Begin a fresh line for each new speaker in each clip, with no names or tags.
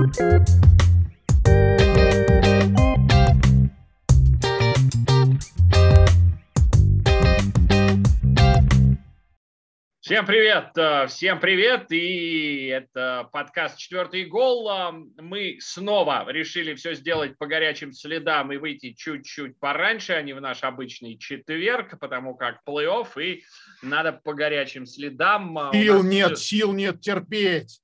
Всем привет, и это подкаст «Четвертый гол». Мы снова решили все сделать по горячим следам и выйти чуть-чуть пораньше, а не в наш обычный четверг, потому как плей-офф, и надо по горячим следам.
Сил нет терпеть.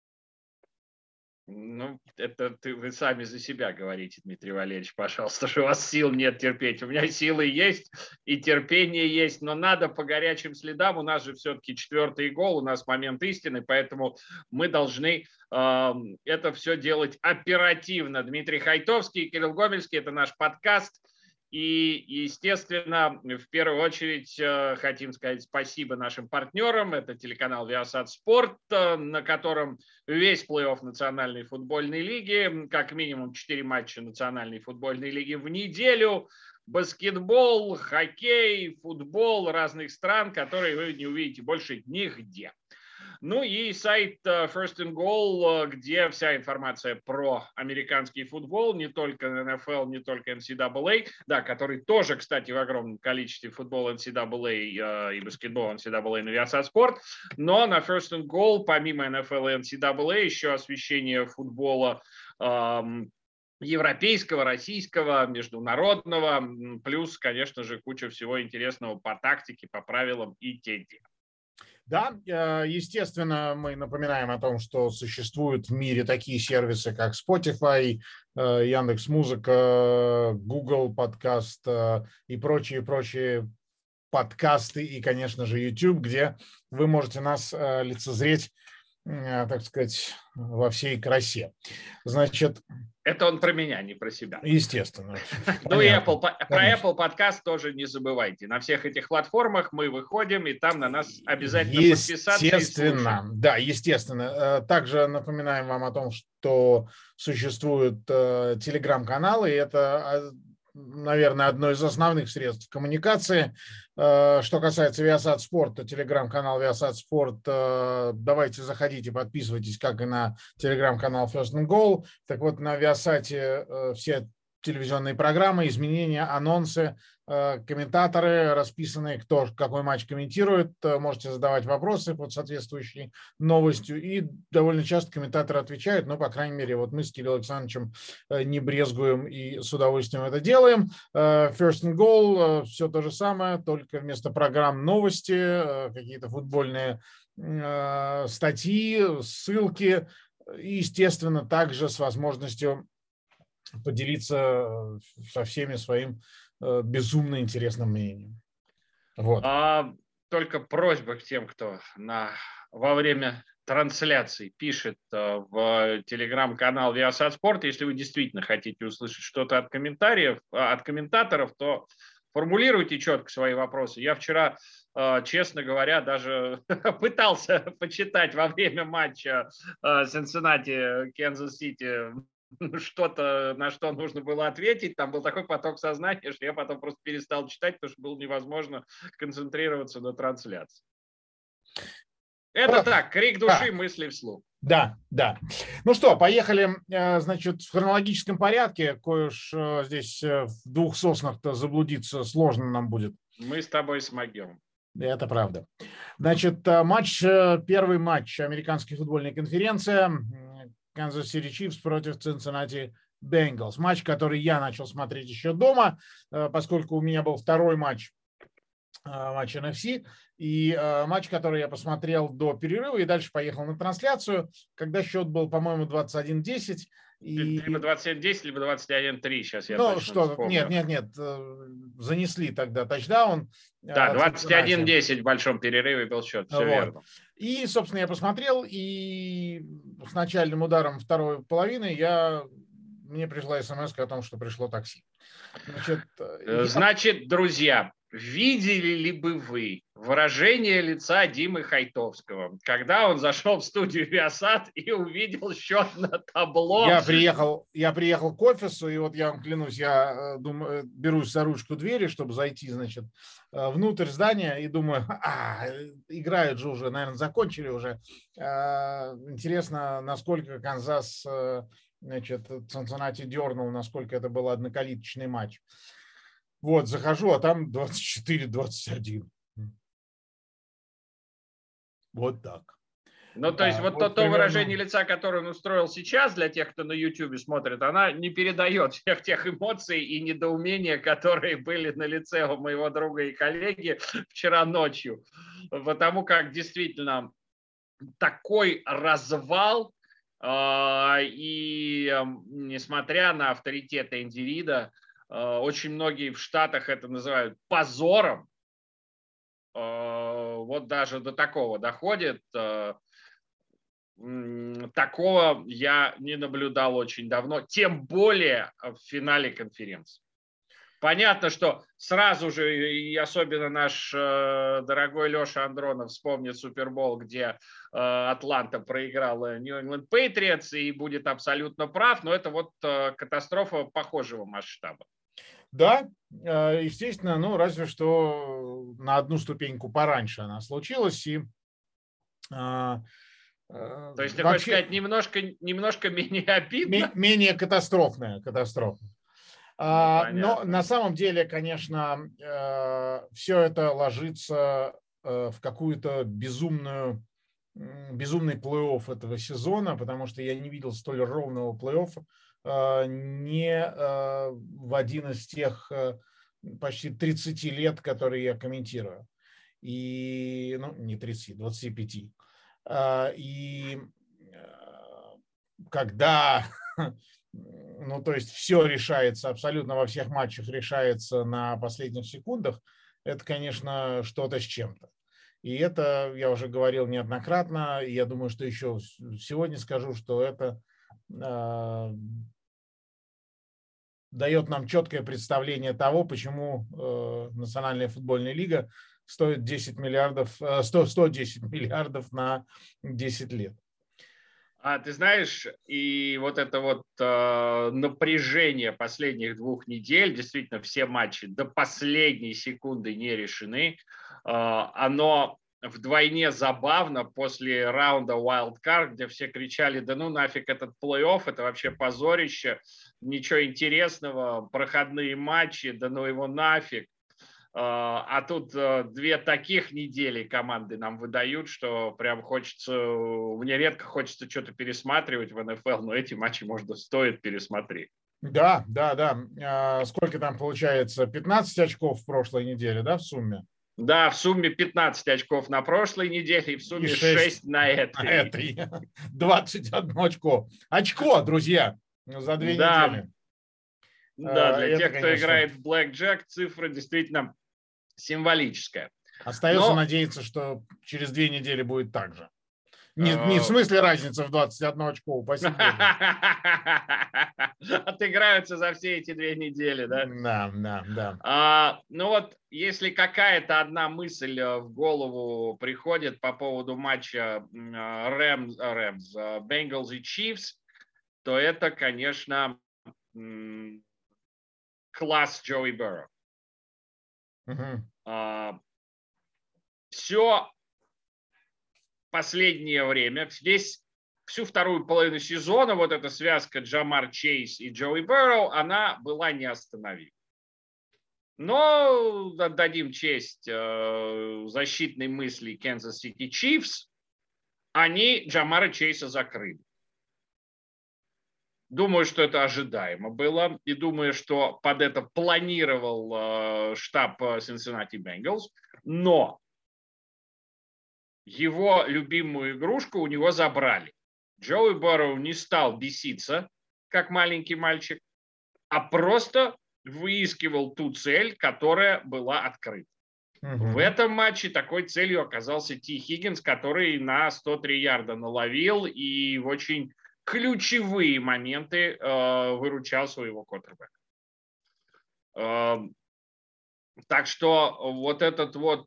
Ну, это вы сами за себя говорите, Дмитрий Валерьевич, пожалуйста, что у вас сил нет терпеть. У меня силы есть и терпение есть, но надо по горячим следам. У нас же все-таки четвертый гол, у нас момент истины, поэтому мы должны это все делать оперативно. Дмитрий Хайтовский, Кирилл Гомельский, это наш подкаст. И, естественно, в первую очередь хотим сказать спасибо нашим партнерам. Это телеканал Viasat Sport, на котором весь плей-офф Национальной футбольной лиги, как минимум 4 матча Национальной футбольной лиги в неделю, баскетбол, хоккей, футбол разных стран, которые вы не увидите больше нигде. Ну и сайт First and Goal, где вся информация про американский футбол, не только NFL, не только NCAA, да, который тоже, кстати, в огромном количестве футбол NCAA и баскетбол NCAA на Viasat Sport, но на First and Goal, помимо NFL и NCAA, еще освещение футбола европейского, российского, международного, плюс, конечно же, куча всего интересного по тактике, по правилам и т.д.
Да, естественно, мы напоминаем о том, что существуют в мире такие сервисы, как Spotify, Яндекс.Музыка, Google подкаст и прочие подкасты, и, конечно же, YouTube, где вы можете нас лицезреть, так сказать, во всей красе. Значит,
это он про меня, не про себя.
Естественно.
Ну и про Apple подкаст тоже не забывайте. На всех этих платформах мы выходим, и там на нас обязательно подписаться и слушать.
Да, естественно. Также напоминаем вам о том, что существуют телеграм-каналы, и это, наверное, одно из основных средств коммуникации. Что касается Viasat Sport, то телеграм-канал Viasat Sport, давайте заходите, подписывайтесь, как и на телеграм-канал First and Goal. Так вот, на Viasat все телевизионные программы, изменения, анонсы, комментаторы расписаны, кто какой матч комментирует. Можете задавать вопросы под соответствующей новостью, и довольно часто комментаторы отвечают, но, по крайней мере, вот мы с Кириллом Александровичем не брезгуем и с удовольствием это делаем. First and Goal, все то же самое, только вместо программ новости, какие-то футбольные статьи, ссылки, и, естественно, также с возможностью поделиться со всеми своим безумно интересным мнением. Вот.
Только просьба к тем, кто во время трансляции пишет в телеграм-канал Viasat Sport, если вы действительно хотите услышать что-то от комментаторов, то формулируйте четко свои вопросы. Я вчера, честно говоря, даже пытался почитать во время матча Cincinnati-Kansas-City что-то, на что нужно было ответить. Там был такой поток сознания, что я потом просто перестал читать, потому что было невозможно концентрироваться на трансляции. Это так, крик души, мысли вслух.
Да. Ну что, поехали, значит, в хронологическом порядке. Кое-уж здесь в двух соснах-то заблудиться сложно нам будет.
Мы с тобой смогем.
Это правда. Значит, первый матч американской футбольной конференции. Kansas City Chiefs против Cincinnati Bengals. Матч, который я начал смотреть еще дома, поскольку у меня был второй матч NFC, и матч, который я посмотрел до перерыва, и дальше поехал на трансляцию, когда счет был, по-моему, 21-10.
Либо 21-10, либо 21-3, сейчас я точно вспомню.
Нет, занесли тогда тачдаун.
Да, 21-10 в большом перерыве был счет, все верно.
И, собственно, я посмотрел, и с начальным ударом второй половины мне пришла смс о том, что пришло такси.
Значит, друзья, видели ли бы вы выражение лица Димы Хайтовского, когда он зашел в студию Viasat и увидел счет на табло.
Я приехал к офису, и вот я вам клянусь, я думаю, берусь за ручку двери, чтобы зайти, значит, внутрь здания, и думаю, играют же уже, наверное, закончили уже. Интересно, насколько Канзас, значит, Цинциннати дернул, насколько это был однокалиточный матч. Вот, захожу, а там 24-21. Вот так.
Ну, то есть вот то
примерно...
выражение лица, которое он устроил сейчас для тех, кто на YouTube смотрит, она не передает всех тех эмоций и недоумения, которые были на лице у моего друга и коллеги вчера ночью. Потому как действительно такой развал, и несмотря на авторитет Энди Рида, очень многие в Штатах это называют позором. Вот даже до такого доходит. Такого я не наблюдал очень давно, тем более в финале конференции. Понятно, что сразу же, и особенно наш дорогой Леша Андронов вспомнит Супербол, где Атланта проиграла New England Patriots, и будет абсолютно прав, но это вот катастрофа похожего масштаба.
Да, естественно, ну разве что на одну ступеньку пораньше она случилась. И,
то есть ты хочешь сказать, немножко менее обидно?
Менее катастрофная катастрофа. Но на самом деле, конечно, все это ложится в какую-то безумный плей-офф этого сезона, потому что я не видел столь ровного плей-оффа не в один из тех почти 30 лет, которые я комментирую. И, ну, не 30, 25. И когда, ну, то есть все решается, абсолютно во всех матчах решается на последних секундах, это, конечно, что-то с чем-то. И это, я уже говорил неоднократно, и я думаю, что еще сегодня скажу, что это дает нам четкое представление того, почему Национальная футбольная лига стоит 110 миллиардов на 10 лет.
Ты знаешь, и вот это вот напряжение последних 2 недель, действительно все матчи до последней секунды не решены, оно вдвойне забавно после раунда Wild Card, где все кричали, да ну нафиг этот плей-офф, это вообще позорище, ничего интересного, проходные матчи, да ну его нафиг. А тут 2 таких недели команды нам выдают, что прям хочется, мне редко хочется что-то пересматривать в НФЛ, но эти матчи, может, стоит пересмотреть.
Да. Сколько там получается? 15 очков в прошлой неделе, да, в сумме?
Да, в сумме 15 очков на прошлой неделе и в сумме 6 на этой.
21 очко. Очко, друзья, за 2 недели.
Да, для тех, кто играет в блэкджек, цифра действительно символическая.
Остается надеяться, что через 2 недели будет так же. Не в смысле разница в 21 очко, упаси Боже.
Отыграются за все эти 2 недели, да?
Да.
Ну вот, если какая-то одна мысль в голову приходит по поводу матча Bengals и Chiefs, то это, конечно, класс Джоуи Бурроу. Все последнее время, всю вторую половину сезона, вот эта связка Джамар Чейз и Джоуи Бурроу, она была неостановима. Но отдадим честь защитной мысли Kansas City Chiefs, они Джамара Чейза закрыли. Думаю, что это ожидаемо было, и думаю, что под это планировал штаб Cincinnati Bengals, но его любимую игрушку у него забрали. Джоуи Бурроу не стал беситься, как маленький мальчик, а просто выискивал ту цель, которая была открыта. В этом матче такой целью оказался Ти Хиггинс, который на 103 ярда наловил и в очень ключевые моменты выручал своего квотербека. Так что вот этот вот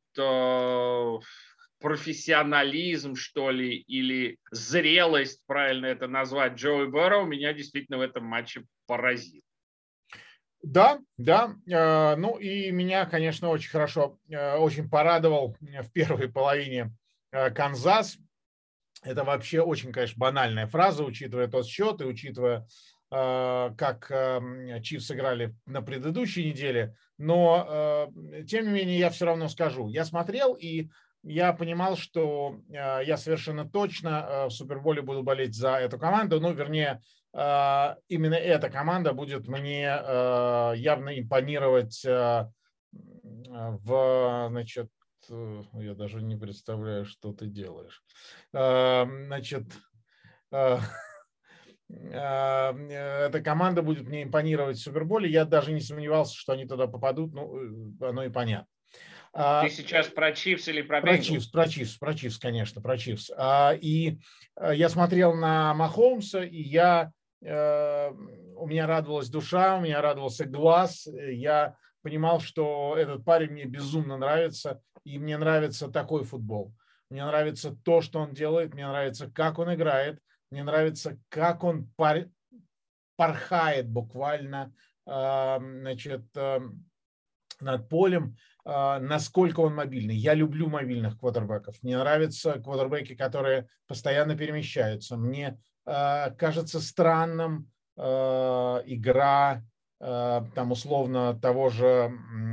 профессионализм, что ли, или зрелость, правильно это назвать, Джоуи Бэрроу меня действительно в этом матче поразил.
Да, да. Ну и меня, конечно, очень хорошо, очень порадовал в первой половине Канзас. Это вообще очень, конечно, банальная фраза, учитывая тот счет и учитывая, как Чивс сыграли на предыдущей неделе. Но, тем не менее, я все равно скажу. Я смотрел, и я понимал, что я совершенно точно в Суперболе буду болеть за эту команду. Ну, вернее, именно эта команда будет мне явно импонировать значит, я даже не представляю, что ты делаешь. Значит, э, эта команда будет мне импонировать в Суперболе. Я даже не сомневался, что они туда попадут. Ну, оно и понятно.
Ты сейчас про Чивс или про Бенгалс?
Про Чивс, конечно, про Чивс. И я смотрел на Махоумса, и у меня радовалась душа, у меня радовался глаз. Я понимал, что этот парень мне безумно нравится, и мне нравится такой футбол. Мне нравится то, что он делает, мне нравится, как он играет, мне нравится, как он порхает буквально, значит, над полем, насколько он мобильный. Я люблю мобильных квотербеков. Мне нравятся квотербеки, которые постоянно перемещаются. Мне кажется странным игра там условно того же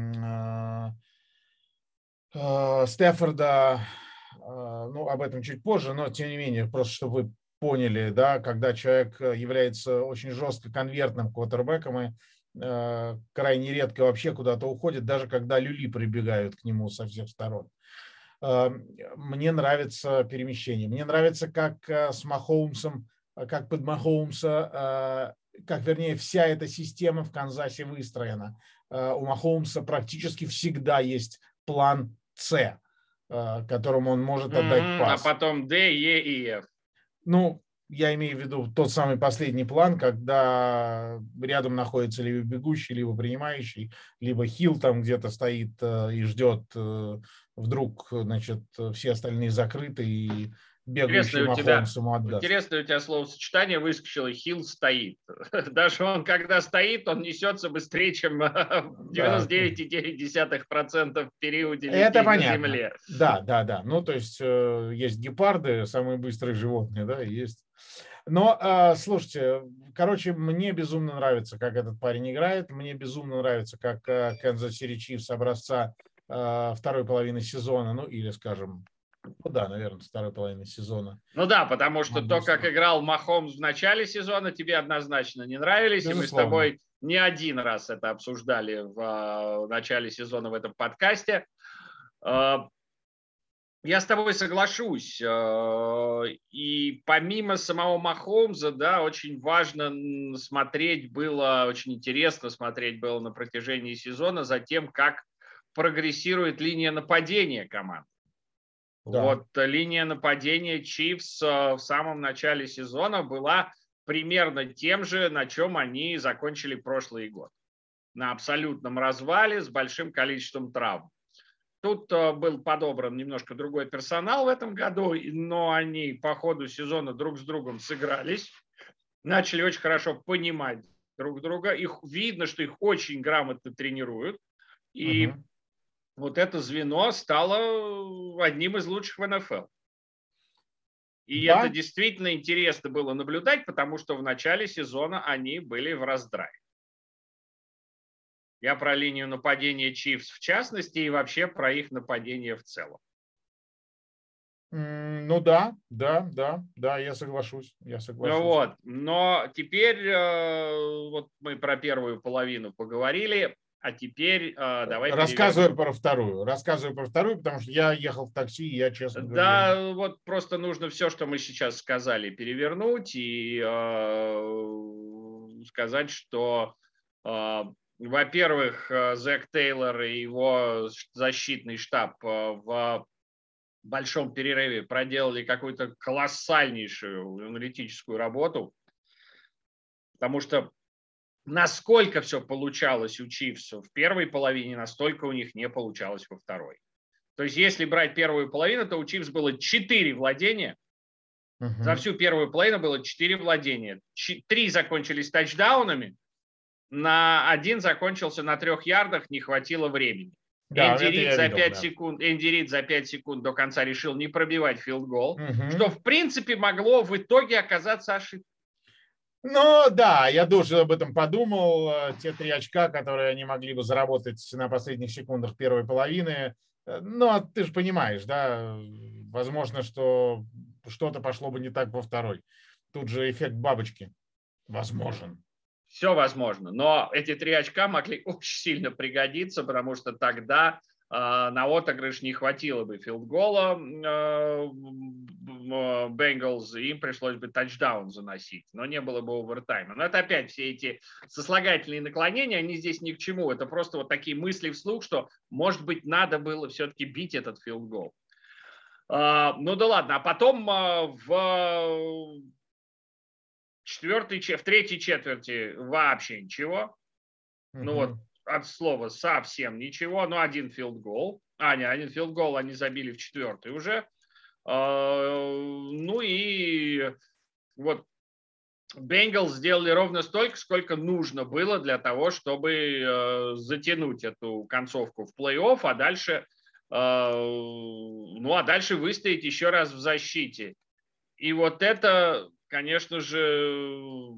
Стефорда, ну, об этом чуть позже, но тем не менее, просто чтобы вы поняли, да, когда человек является очень жестко конвертным квотербеком и крайне редко вообще куда-то уходит, даже когда люли прибегают к нему со всех сторон. Мне нравится перемещение. Мне нравится, как с Махоумсом, как под Махоумса, как, вернее, вся эта система в Канзасе выстроена. У Махоумса практически всегда есть план С, которому он может отдать
А
пас.
потом Д, Е и Ф.
Ну, я имею в виду тот самый последний план, когда рядом находится либо бегущий, либо принимающий, либо хил там где-то стоит и ждет, вдруг, значит, все остальные закрыты, и бегающий Махоумс ему отдаст.
Интересное у тебя словосочетание выскочило, хил стоит. Даже он, когда стоит, он несется быстрее, чем в
Да,
99,9% в периоде
это
летей на
понятно.
Земле.
Да, да, да. Ну, то есть есть гепарды, самые быстрые животные, да, есть. Но, слушайте, короче, мне безумно нравится, как этот парень играет. Мне безумно нравится, как Kansas City Chiefs образца второй половины сезона, ну, или, скажем, ну да, наверное, второй половины сезона.
Ну да, потому что то, как играл Махомс в начале сезона, тебе однозначно не нравились, и мы с
Безусловно.
тобой не один раз это обсуждали в начале сезона в этом подкасте. Я с тобой соглашусь. И помимо самого Махомза, да, очень важно смотреть было, очень интересно смотреть было на протяжении сезона за тем, как прогрессирует линия нападения команд.
Да.
Вот линия нападения Чивс в самом начале сезона была примерно тем же, на чем они закончили прошлый год. На абсолютном развале с большим количеством травм. Тут был подобран немножко другой персонал в этом году, но они по ходу сезона друг с другом сыгрались, начали очень хорошо понимать друг друга. Их видно, что их очень грамотно тренируют. И
Мгм.
вот это звено стало одним из лучших в НФЛ. И это
Да,
действительно интересно было наблюдать, потому что в начале сезона они были в раздрае. Я про линию нападения Чивс в частности и вообще про их нападение в целом.
ну да, да, да, да, я соглашусь, я
Ну
соглашусь.
вот, но теперь вот мы про первую половину поговорили, а теперь давай перевернем.
Рассказываю про вторую, потому что я ехал в такси, и я, честно говоря,
Да, вот просто нужно все, что мы сейчас сказали, перевернуть и сказать, что, во-первых, Зак Тейлор и его защитный штаб в большом перерыве проделали какую-то колоссальнейшую аналитическую работу, потому что насколько все получалось у Чифс в первой половине, настолько у них не получалось во второй. То есть если брать первую половину, то у Чифс было 4 владения. За всю первую половину было 4 владения. 3 закончились тачдаунами, на 1 закончился на 3 ярдах, не хватило времени.
Да,
Энди
это
Рид
я
за
видел,
5
да.
секунд, Энди Рид за 5 секунд до конца решил не пробивать филд-гол, что
Мгм.
в принципе могло в итоге оказаться ошибкой.
Ну да, я тоже об этом подумал. Те 3 очка, которые они могли бы заработать на последних секундах первой половины. Но ты же понимаешь, да, возможно, что что-то пошло бы не так во второй. Тут же эффект бабочки возможен.
Все возможно, но эти 3 очка могли очень сильно пригодиться, потому что тогда на отыгрыш не хватило бы филд-гола Бенгалс, им пришлось бы тачдаун заносить, но не было бы овертайма. Но это опять все эти сослагательные наклонения, они здесь ни к чему. Это просто вот такие мысли вслух, что, может быть, надо было все-таки бить этот филд-гол. Ну да ладно, а потом в третьей четверти вообще ничего. Ну вот
Мгм.
от слова совсем ничего. Ну, один филд-гол. Один филд-гол они забили в четвертой уже. Ну и вот Бенгалс сделали ровно столько, сколько нужно было для того, чтобы затянуть эту концовку в плей-офф, а дальше, дальше выстоять еще раз в защите. И вот это, конечно же,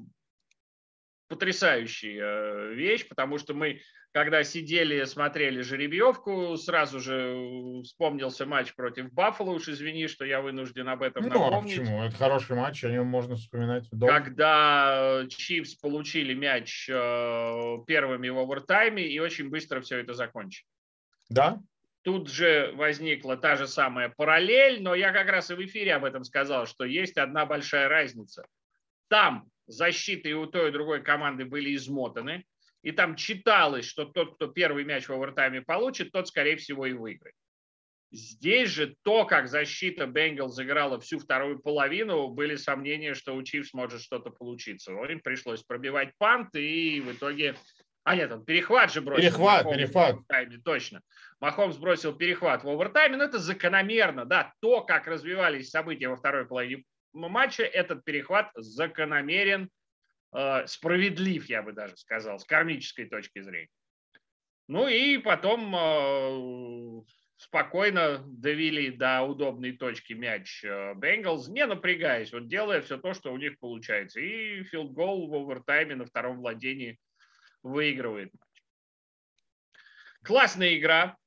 потрясающая вещь, потому что мы, когда сидели, смотрели жеребьевку, сразу же вспомнился матч против Баффало. Уж извини, что я вынужден об этом
Ну, а
напомнить.
почему? Это хороший матч, о нем можно вспоминать долго.
Когда Чифс получили мяч первыми в овертайме и очень быстро все это закончили.
Да?
Тут же возникла та же самая параллель, но я как раз и в эфире об этом сказал, что есть одна большая разница. Там защиты и у той, и у другой команды были измотаны, и там читалось, что тот, кто первый мяч в овертайме получит, тот, скорее всего, и выиграет. Здесь же то, как защита Бенгалс играла всю вторую половину, были сомнения, что у Чифс может что-то получиться. Им пришлось пробивать пант, и в итоге... нет, он перехват же бросил Махомс в
Перехват.
овертайме, точно. Махомс бросил перехват в овертайме, но это закономерно, да, то, как развивались события во второй половине матча, этот перехват закономерен, справедлив, я бы даже сказал, с кармической точки зрения. Ну и потом спокойно довели до удобной точки мяч Бенгалс, не напрягаясь, вот делая все то, что у них получается. И филд-гол в овертайме на втором владении выигрывает матч. Классная игра.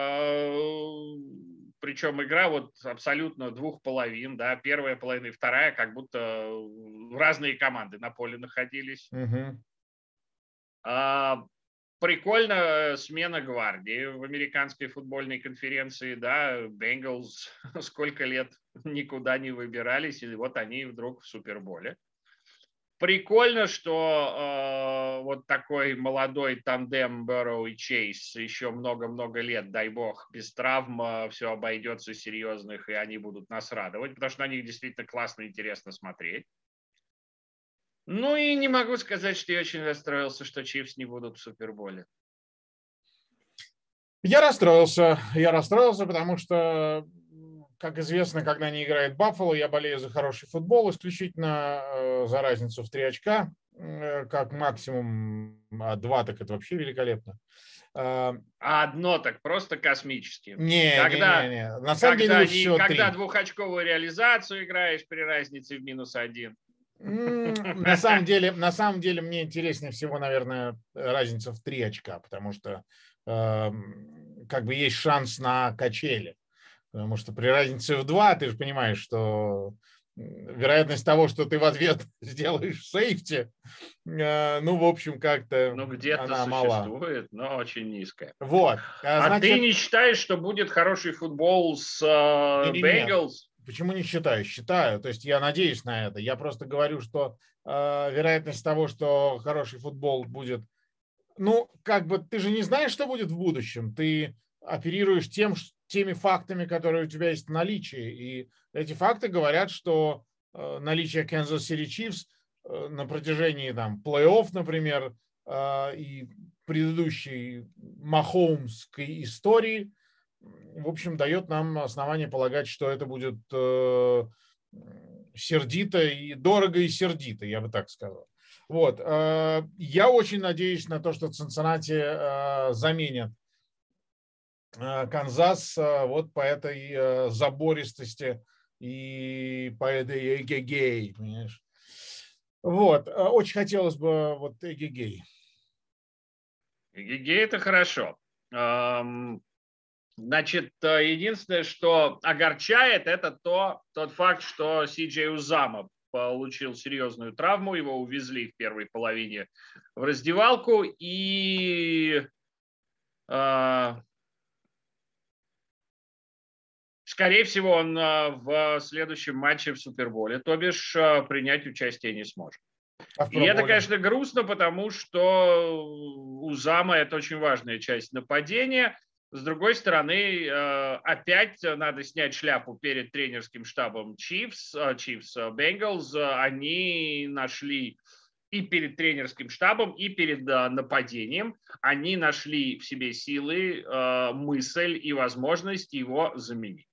Причем игра вот абсолютно двух половин, да, первая половина и вторая, как будто разные команды на поле находились.
Угу.
Прикольно смена гвардии в американской футбольной конференции, да, Бенгалс сколько лет никуда не выбирались, и вот они вдруг в Суперболе. Прикольно, что вот такой молодой тандем Бэрроу и Чейз еще много-много лет, дай бог, без травм все обойдется серьезных, и они будут нас радовать, потому что на них действительно классно и интересно смотреть. Ну и не могу сказать, что я очень расстроился, что Чифс не будут в Суперболе.
Я расстроился, потому что, как известно, когда не играет Баффало, я болею за хороший футбол, исключительно за разницу в 3 очка, как максимум, а 2 так это вообще великолепно.
А одно так просто космически.
Не. На самом деле лучше всего
Когда
3.
двухочковую реализацию играешь при разнице в -1.
На самом деле мне интереснее всего, наверное, разница в 3 очка, потому что как бы есть шанс на качели. Потому что при разнице в 2 ты же понимаешь, что вероятность того, что ты в ответ сделаешь сейфти, ну, в общем, как-то
Ну, где-то
она мала.
существует, но очень низкая.
Вот.
А ты
Значит,
не считаешь, что будет хороший футбол с
не-не-не.
Бенгалс?
Почему не считаю? Считаю. То есть я надеюсь на это. Я просто говорю, что вероятность того, что хороший футбол будет... Ну, как бы ты же не знаешь, что будет в будущем. Ты оперируешь теми фактами, которые у тебя есть в наличии. И эти факты говорят, что наличие Kansas City Chiefs на протяжении там плей-офф, например, и предыдущей махоумской истории, в общем, дает нам основание полагать, что это будет сердито и дорого и сердито, я бы так сказал. Вот. Я очень надеюсь на то, что Цинциннати заменят Канзас вот по этой забористости и по этой эгегей, понимаешь? Вот. Очень хотелось бы вот эгегей.
Эгегей – это хорошо. Значит, единственное, что огорчает, это тот факт, что Си-Джей Узама получил серьезную травму, его увезли в первой половине в раздевалку, и скорее всего он в следующем матче в Суперболе, то бишь принять участие не сможет. И это, конечно, грустно, потому что Узама – это очень важная часть нападения. С другой стороны, опять надо снять шляпу перед тренерским штабом Chiefs Bengals. Они нашли и перед тренерским штабом, и перед нападением, они нашли в себе силы, мысль и возможность его заменить.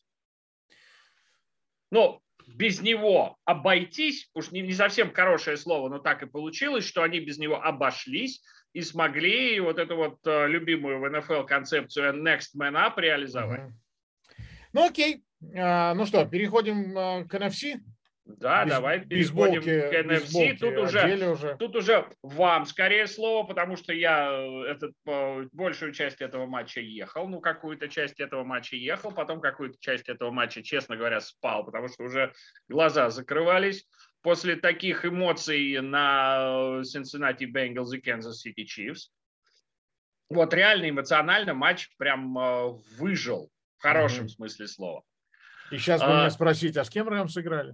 Но без него обойтись, уж не совсем хорошее слово, но так и получилось, что они без него обошлись и смогли вот эту вот любимую в НФЛ концепцию Next Man Up реализовать.
Ну окей, ну что, переходим к NFC?
Да, давай переходим к NFC. Тут уже вам скорее слово, потому что я большую часть этого матча ехал, какую-то часть этого матча ехал, потом какую-то часть этого матча, честно говоря, спал, потому что уже глаза закрывались. После таких эмоций на Cincinnati Bengals и Kansas City Chiefs. Вот реально эмоционально матч прям выжил в хорошем смысле слова.
И сейчас бы меня спросить, а с кем Рэмс сыграли?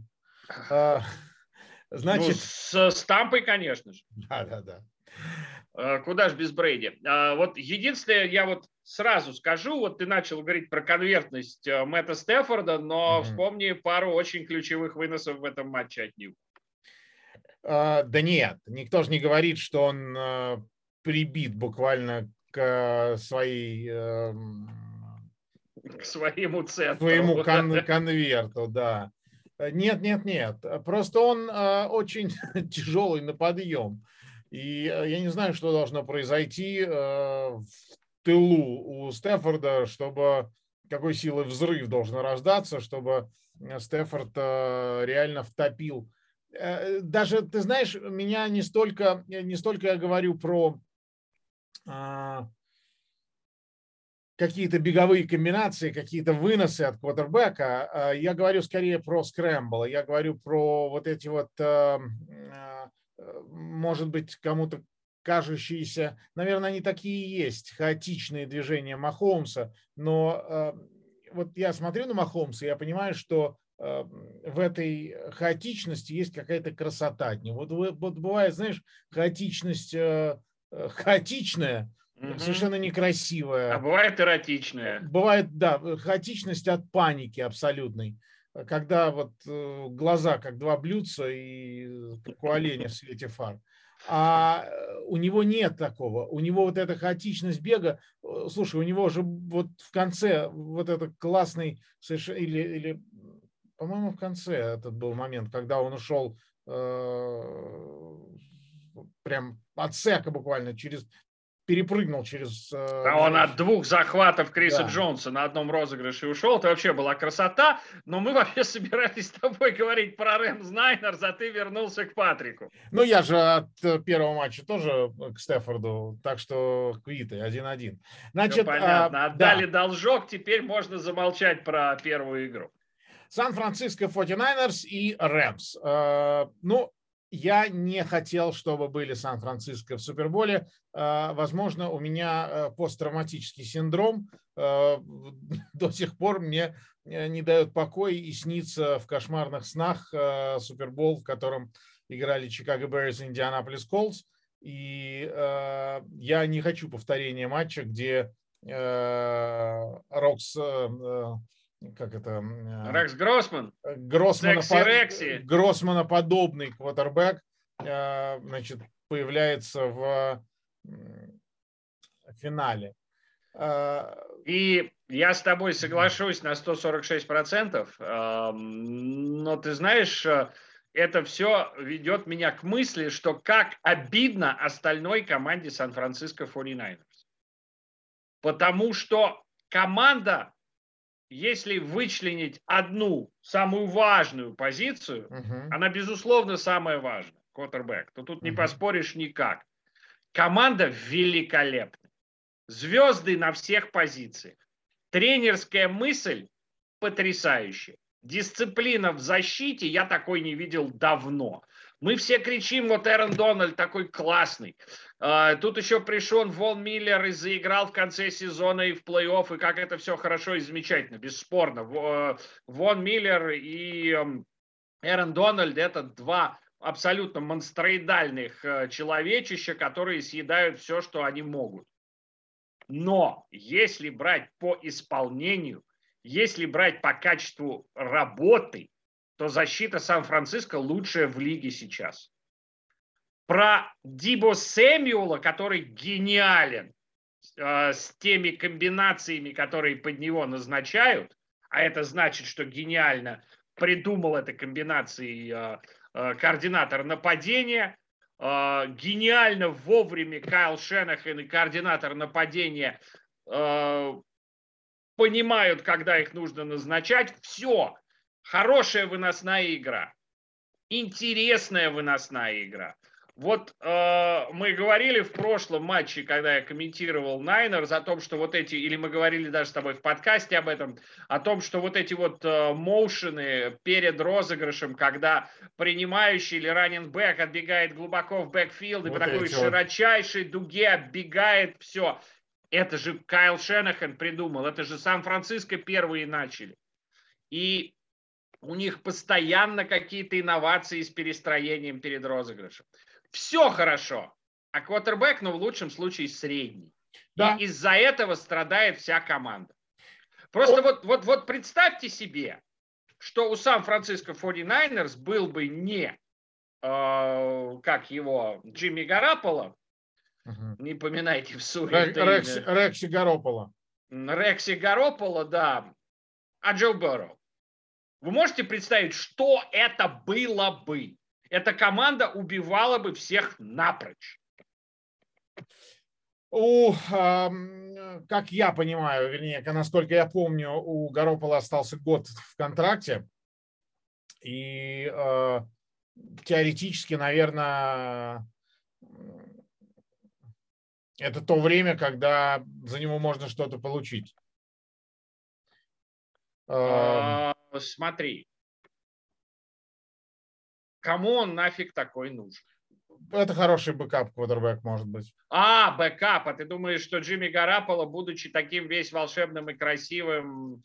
Значит, с Тампой, конечно же.
Да.
Куда же без Брейди? Вот единственное, я вот сразу скажу, вот ты начал говорить про конвертность Мэтта Стефорда, но вспомни пару очень ключевых выносов в этом матче от него.
Да нет, никто же не говорит, что он прибит буквально к своей...
К своему центру.
Своему конверту, да. Нет. Просто он очень тяжелый на подъем. И я не знаю, что должно произойти в тылу у Стефорда, чтобы какой силы взрыв должен раздаться, чтобы Стефорд реально втопил. Даже, ты знаешь, меня не столько я говорю про какие-то беговые комбинации, какие-то выносы от квотербека. Я говорю скорее про скрэмбл. Я говорю про вот эти вот, может быть, кому-то кажущиеся, наверное, они такие и есть, хаотичные движения Махомса. Но вот я смотрю на Махомса, и я понимаю, что в этой хаотичности есть какая-то красота от него. Вот бывает, знаешь, хаотичность хаотичная, совершенно некрасивая.
А бывает эротичная.
Бывает, да, хаотичность от паники абсолютной. Когда вот глаза как два блюдца и как у оленя в свете фар. А у него нет такого. У него вот эта хаотичность бега. Слушай, у него же вот в конце вот этот классный совершенно, или по-моему, в конце этот был момент, когда он ушел прям от сека буквально перепрыгнул через...
он от двух захватов Криса Джонса на одном розыгрыше ушел. Это вообще была красота. Но мы вообще собирались с тобой говорить про Рэмс Найнерс, а ты вернулся к Патрику.
Ну, я же от первого матча тоже к Стефорду, так что квиты 1-1.
Значит, все понятно. Отдали должок, теперь можно замолчать про первую игру.
Сан-Франциско 49ers и Рэмс. Ну, я не хотел, чтобы были Сан-Франциско в Суперболе. Возможно, у меня посттравматический синдром до сих пор мне не дает покоя и снится в кошмарных снах Супербол, в котором играли Чикаго Беррис и Индианаполис Колтс. И я не хочу повторения матча, где
Рекс Гроссман.
Гроссманоподобный квотербек, значит, появляется в финале.
И я с тобой соглашусь на 146%, но ты знаешь, это все ведет меня к мысли, что как обидно остальной команде Сан-Франциско 49ers. Потому что команда, если вычленить одну самую важную позицию, она, безусловно, самая важная, квотербек, то тут не поспоришь никак. Команда великолепна. Звезды на всех позициях. Тренерская мысль потрясающая. Дисциплина в защите я такой не видел давно. Мы все кричим, вот Эрон Дональд такой классный. Тут еще пришел Вон Миллер и заиграл в конце сезона и в плей-офф, и как это все хорошо и замечательно, бесспорно. Вон Миллер и Эрон Дональд – это два абсолютно монстроидальных человечища, которые съедают все, что они могут. Но если брать по исполнению, если брать по качеству работы, то защита Сан-Франциско лучшая в лиге сейчас. Про Дибо Сэмюэла, который гениален с теми комбинациями, которые под него назначают, а это значит, что гениально придумал этой комбинации координатор нападения, гениально вовремя Кайл Шенахан и координатор нападения понимают, когда их нужно назначать. Все. Хорошая выносная игра. Интересная выносная игра. Вот мы говорили в прошлом матче, когда я комментировал Найнерс, о том, что вот эти, или мы говорили даже с тобой в подкасте об этом, о том, что вот эти вот моушены перед розыгрышем, когда принимающий или раннинг-бэк отбегает глубоко в бэкфилд и вот по такой широчайшей дуге отбегает все. Это же Кайл Шенахан придумал, это же Сан-Франциско первые начали. И у них постоянно какие-то инновации с перестроением перед розыгрышем. Все хорошо, а квотербек, ну, в лучшем случае, средний. Да. И из-за этого страдает вся команда. Просто вот представьте себе, что у Сан-Франциско 49ers был бы не, как его, Джимми Гарапполо, не поминайте в ссоре
Рекси Гаропполо.
Рекси Гаропполо, да, а Джо Бурроу. Вы можете представить, что это было бы? Эта команда убивала бы всех напрочь.
Как я понимаю, вернее, насколько я помню, у Гаропполо остался год в контракте. И теоретически, наверное, это то время, когда за него можно что-то получить.
Смотри. Кому он нафиг такой нужен?
Это хороший бэкап, квотербэк, может быть.
Бэкап. А ты думаешь, что Джимми Гарапполо, будучи таким весь волшебным и красивым,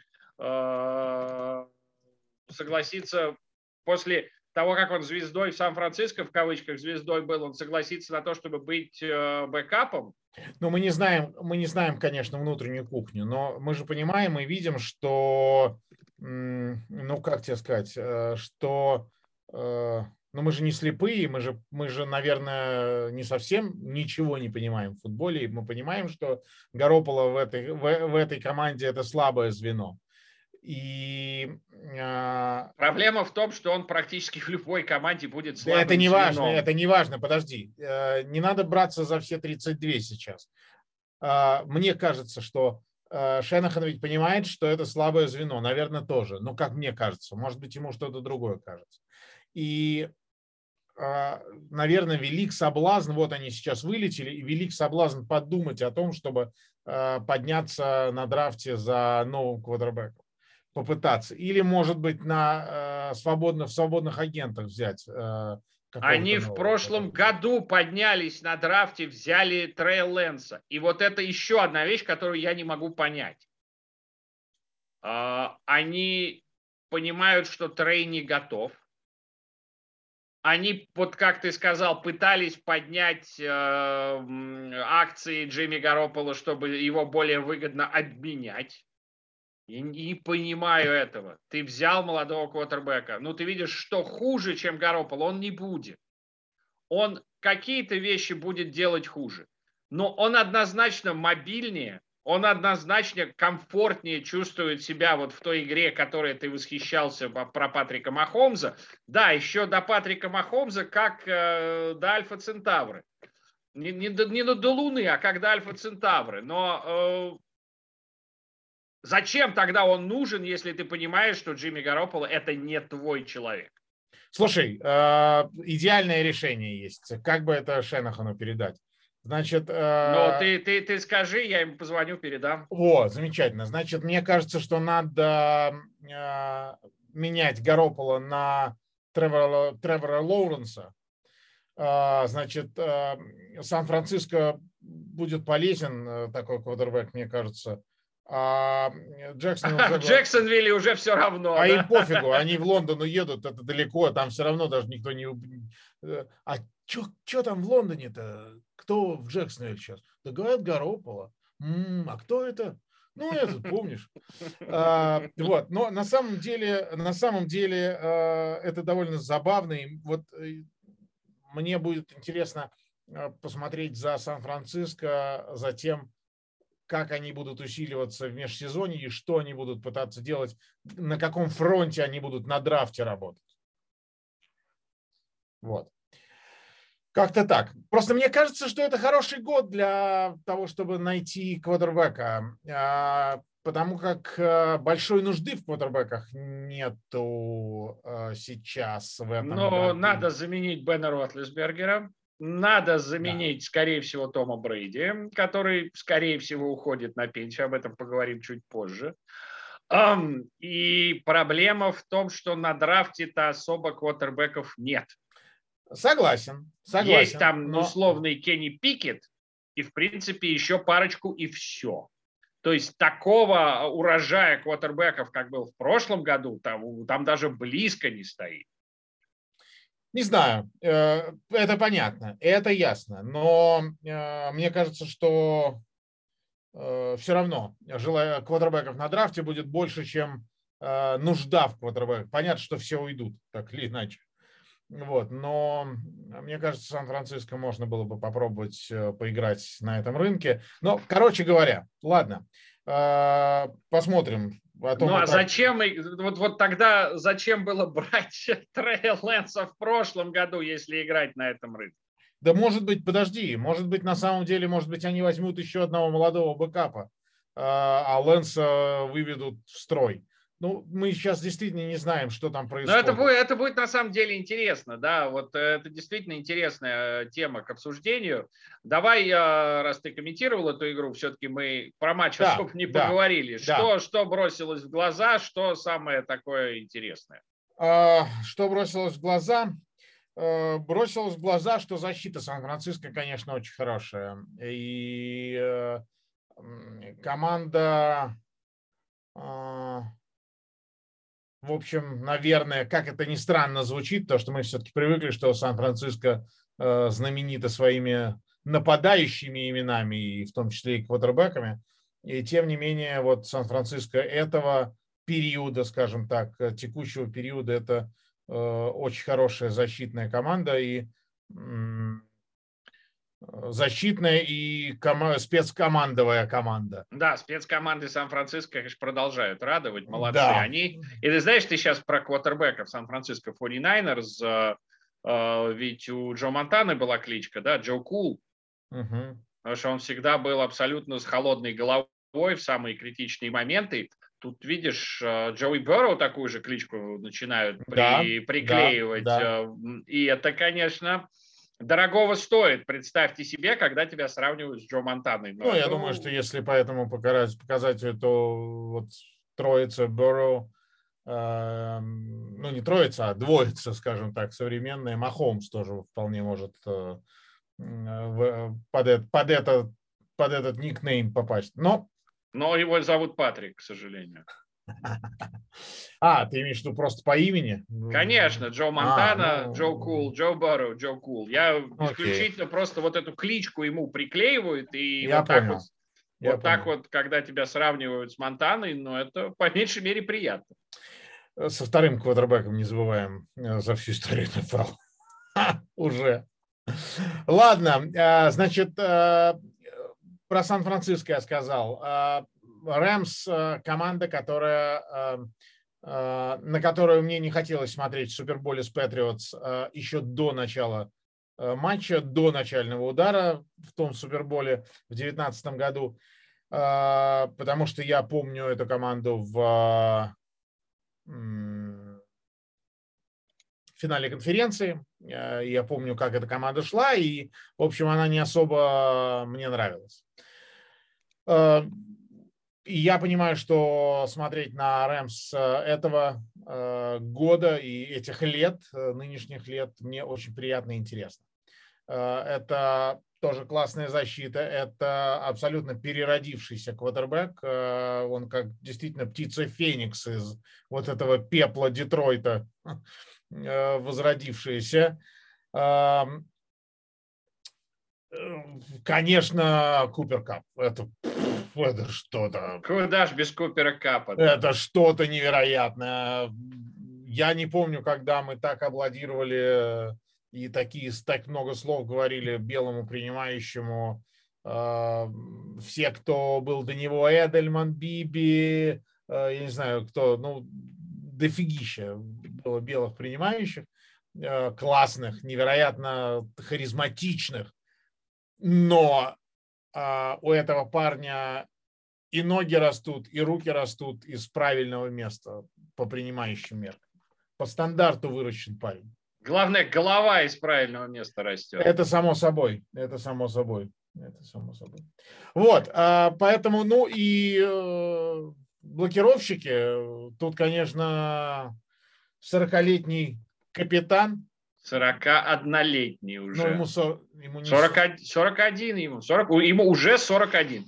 согласится после того, как он звездой в Сан-Франциско, в кавычках, звездой был, он согласится на то, чтобы быть бэкапом?
Ну, мы не знаем, конечно, внутреннюю кухню, но мы же понимаем и видим, что, ну, как тебе сказать, что, ну, мы же не слепые, мы же, наверное, не совсем ничего не понимаем в футболе, и мы понимаем, что Гаропполо в этой команде это слабое звено. И
проблема в том, что он практически в любой команде будет слабым
это не
звеном.
важно, это не важно, подожди. Не надо браться за все 32 сейчас. Мне кажется, что Шенахан ведь понимает, что это слабое звено. Наверное, тоже. Но как мне кажется. Может быть, ему что-то другое кажется. И, наверное, велик соблазн, вот они сейчас вылетели, и велик соблазн подумать о том, чтобы подняться на драфте за новым квотербеком. Попытаться. Или, может быть, в свободных агентах взять.
Они в прошлом году поднялись на драфте, взяли Трей Лэнса. И вот это еще одна вещь, которую я не могу понять. Они понимают, что Трей не готов. Они, вот как ты сказал, пытались поднять акции Джимми Гаропполо, чтобы его более выгодно обменять. Я не понимаю этого. Ты взял молодого квотербека. Ну, ты видишь, что хуже, чем Гаропполо, он не будет. Он какие-то вещи будет делать хуже. но он однозначно мобильнее, он однозначно комфортнее чувствует себя вот в той игре, которой ты восхищался про Патрика Махомза. Да, еще до Патрика Махомза, как до Альфа Центавры. Не до Луны, а как до Альфа Центавры. Но зачем тогда он нужен, если ты понимаешь, что Джимми Гарополо – это не твой человек?
Слушай, идеальное решение есть. Как бы это Шенахану передать? Значит,
Но ты скажи, я ему позвоню, передам.
Замечательно. Значит, мне кажется, что надо менять Гарополо на Тревора Лоуренса. Значит, Сан-Франциско будет полезен такой квотербек, мне кажется. А
В Джексонвилле уже все равно.
А им пофигу, они в Лондон уедут, это далеко, там все равно даже никто не... А что там в Лондоне-то? Кто в Джексонвилле сейчас? Да говорят, Гарополо. А кто это? Ну, этот, помнишь? Вот, но на самом деле это довольно забавно. И вот мне будет интересно посмотреть за Сан-Франциско, за тем, как они будут усиливаться в межсезонье и что они будут пытаться делать, на каком фронте они будут на драфте работать. Вот. Как-то так. Просто мне кажется, что это хороший год для того, чтобы найти квотербека, потому как большой нужды в квотербеках нету сейчас в этом
Но
году.
надо заменить Бена Ротлисбергера. Надо заменить, скорее всего, Тома Брейди, который, скорее всего, уходит на пенсию. Об этом поговорим чуть позже. И проблема в том, что на драфте-то особо квотербеков нет.
Согласен.
Есть там условный Кенни Пикет и, в принципе, еще парочку, и все. То есть такого урожая квотербеков, как был в прошлом году, там даже близко не стоит.
Не знаю, это понятно, это ясно, но мне кажется, что все равно квотербеков на драфте будет больше, чем нужда в квотербеках. Понятно, что все уйдут, так или иначе. Вот, но мне кажется, Сан-Франциско можно было бы попробовать поиграть на этом рынке. Но, короче говоря, ладно, посмотрим.
Ну а зачем, вот тогда зачем было брать Трея Лэнса в прошлом году, если играть на этом рынке?
Да может быть, подожди, может быть на самом деле, может быть они возьмут еще одного молодого бэкапа, а Лэнса выведут в строй. Ну, мы сейчас действительно не знаем, что там происходит.
Но это будет на самом деле интересно, да, вот это действительно интересная тема к обсуждению. Давай, раз ты комментировал эту игру, все-таки мы про матч особо не поговорили. Что бросилось в глаза, что самое такое интересное?
Что бросилось в глаза? Бросилось в глаза, что защита Сан-Франциско, конечно, очень хорошая. И команда... В общем, наверное, как это ни странно звучит, то, что мы все-таки привыкли, что Сан-Франциско знаменита своими нападающими именами, и в том числе и квотербеками. И тем не менее, вот Сан-Франциско этого периода, скажем так, текущего периода, это очень хорошая защитная команда, и защитная и спецкомандовая команда.
Да, спецкоманды Сан-Франциско, конечно, продолжают радовать, молодцы они. И ты знаешь, ты сейчас про квотербеков Сан-Франциско 49ers, ведь у Джо Монтаны была кличка, да, Джо Кул, потому что он всегда был абсолютно с холодной головой в самые критичные моменты. Тут, видишь, Джоуи Бёрроу такую же кличку начинают приклеивать, и это, конечно... Дорогого стоит, представьте себе, когда тебя сравнивают с Джо Монтаной.
Ну, я думаю, что если поэтому показателю, то вот троица Бёрроу, ну, не троица, а двоица, скажем так, современная, Махомс тоже вполне может под этот никнейм попасть. Но
его зовут Патрик, к сожалению.
Ты имеешь в виду просто по имени?
Конечно, Джо Монтана, Джо Кул, Джо Бёрроу, Джо Кул. Я исключительно просто вот эту кличку ему приклеивают, и так вот, когда тебя сравнивают с Монтаной, ну, это по меньшей мере приятно.
Со вторым квотербеком не забываем за всю историю НФЛ. Уже. Ладно, значит, про Сан-Франциско я сказал. Рэмс команда, на которую мне не хотелось смотреть в Суперболе с Патриотс еще до начала матча, до начального удара в том Суперболе в 2019 году, потому что я помню эту команду в финале конференции. Я помню, как эта команда шла, и, в общем, она не особо мне нравилась. И я понимаю, что смотреть на Рэмс этого года и этих лет, нынешних лет, мне очень приятно и интересно. Это тоже классная защита, это абсолютно переродившийся квотербек, он как действительно птица Феникс из вот этого пепла Детройта, возродившаяся. Конечно, Купер Кап. Это что-то.
Куда ж без Купера Капа?
Это что-то невероятное. Я не помню, когда мы так аплодировали и так много слов говорили белому принимающему. Все, кто был до него, Эдельман, Биби, я не знаю, кто, ну, дофигища было белых принимающих, классных, невероятно харизматичных. Но у этого парня и ноги растут, и руки растут из правильного места по принимающим меркам. По стандарту выращен парень.
Главное, голова из правильного места растет.
Это само собой. Это само собой. Это само собой. Вот, поэтому, ну и блокировщики. Тут, конечно, 40-летний капитан.
41-летний уже.
Ну, ему не
41 ему уже 41.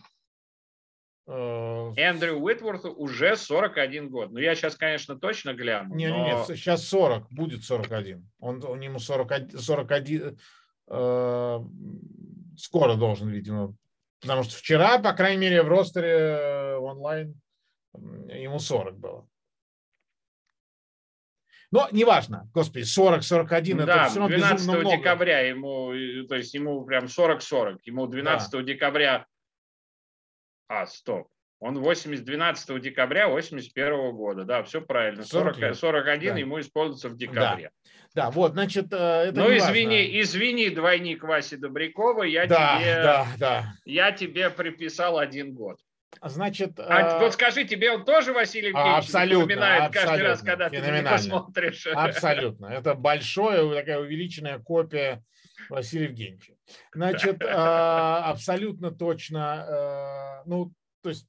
Эндрю Уитворту уже 41 год. Ну, я сейчас, конечно, точно гляну.
Нет, сейчас 40, будет 41. Он ему 41 скоро должен, видимо. Потому что вчера, по крайней мере, в ростере онлайн ему 40 было. Но неважно, господи, 40-41,
да,
это все равно
12
безумно много.
декабря ему, то есть ему прям 40-40. Ему 12 декабря... стоп. Он 12 декабря 81 года. Да, все правильно. 41 ему исполнится в декабре.
Да, вот, значит, это
ну,
не
извини, двойник Васи Добрякова, я тебе приписал 1 год.
Значит,
вот скажи, тебе он тоже Василий Евгеньевич напоминает каждый раз, когда ты на него смотришь?
Абсолютно. Это большое, такая увеличенная копия Василия Евгеньевича. Значит, абсолютно точно, ну, то есть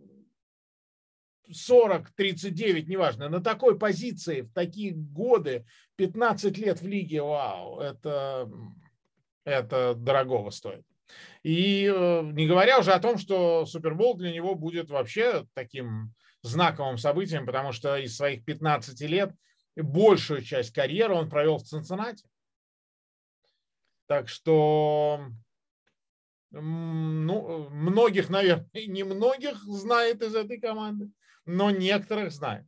40, 39, неважно, на такой позиции, в такие годы, 15 лет в лиге, вау, это дорогого стоит. И не говоря уже о том, что Супербол для него будет вообще таким знаковым событием, потому что из своих 15 лет большую часть карьеры он провел в Цинциннати. Так что, ну, многих, наверное, не многих знает из этой команды, но некоторых знает.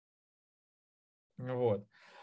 Вот.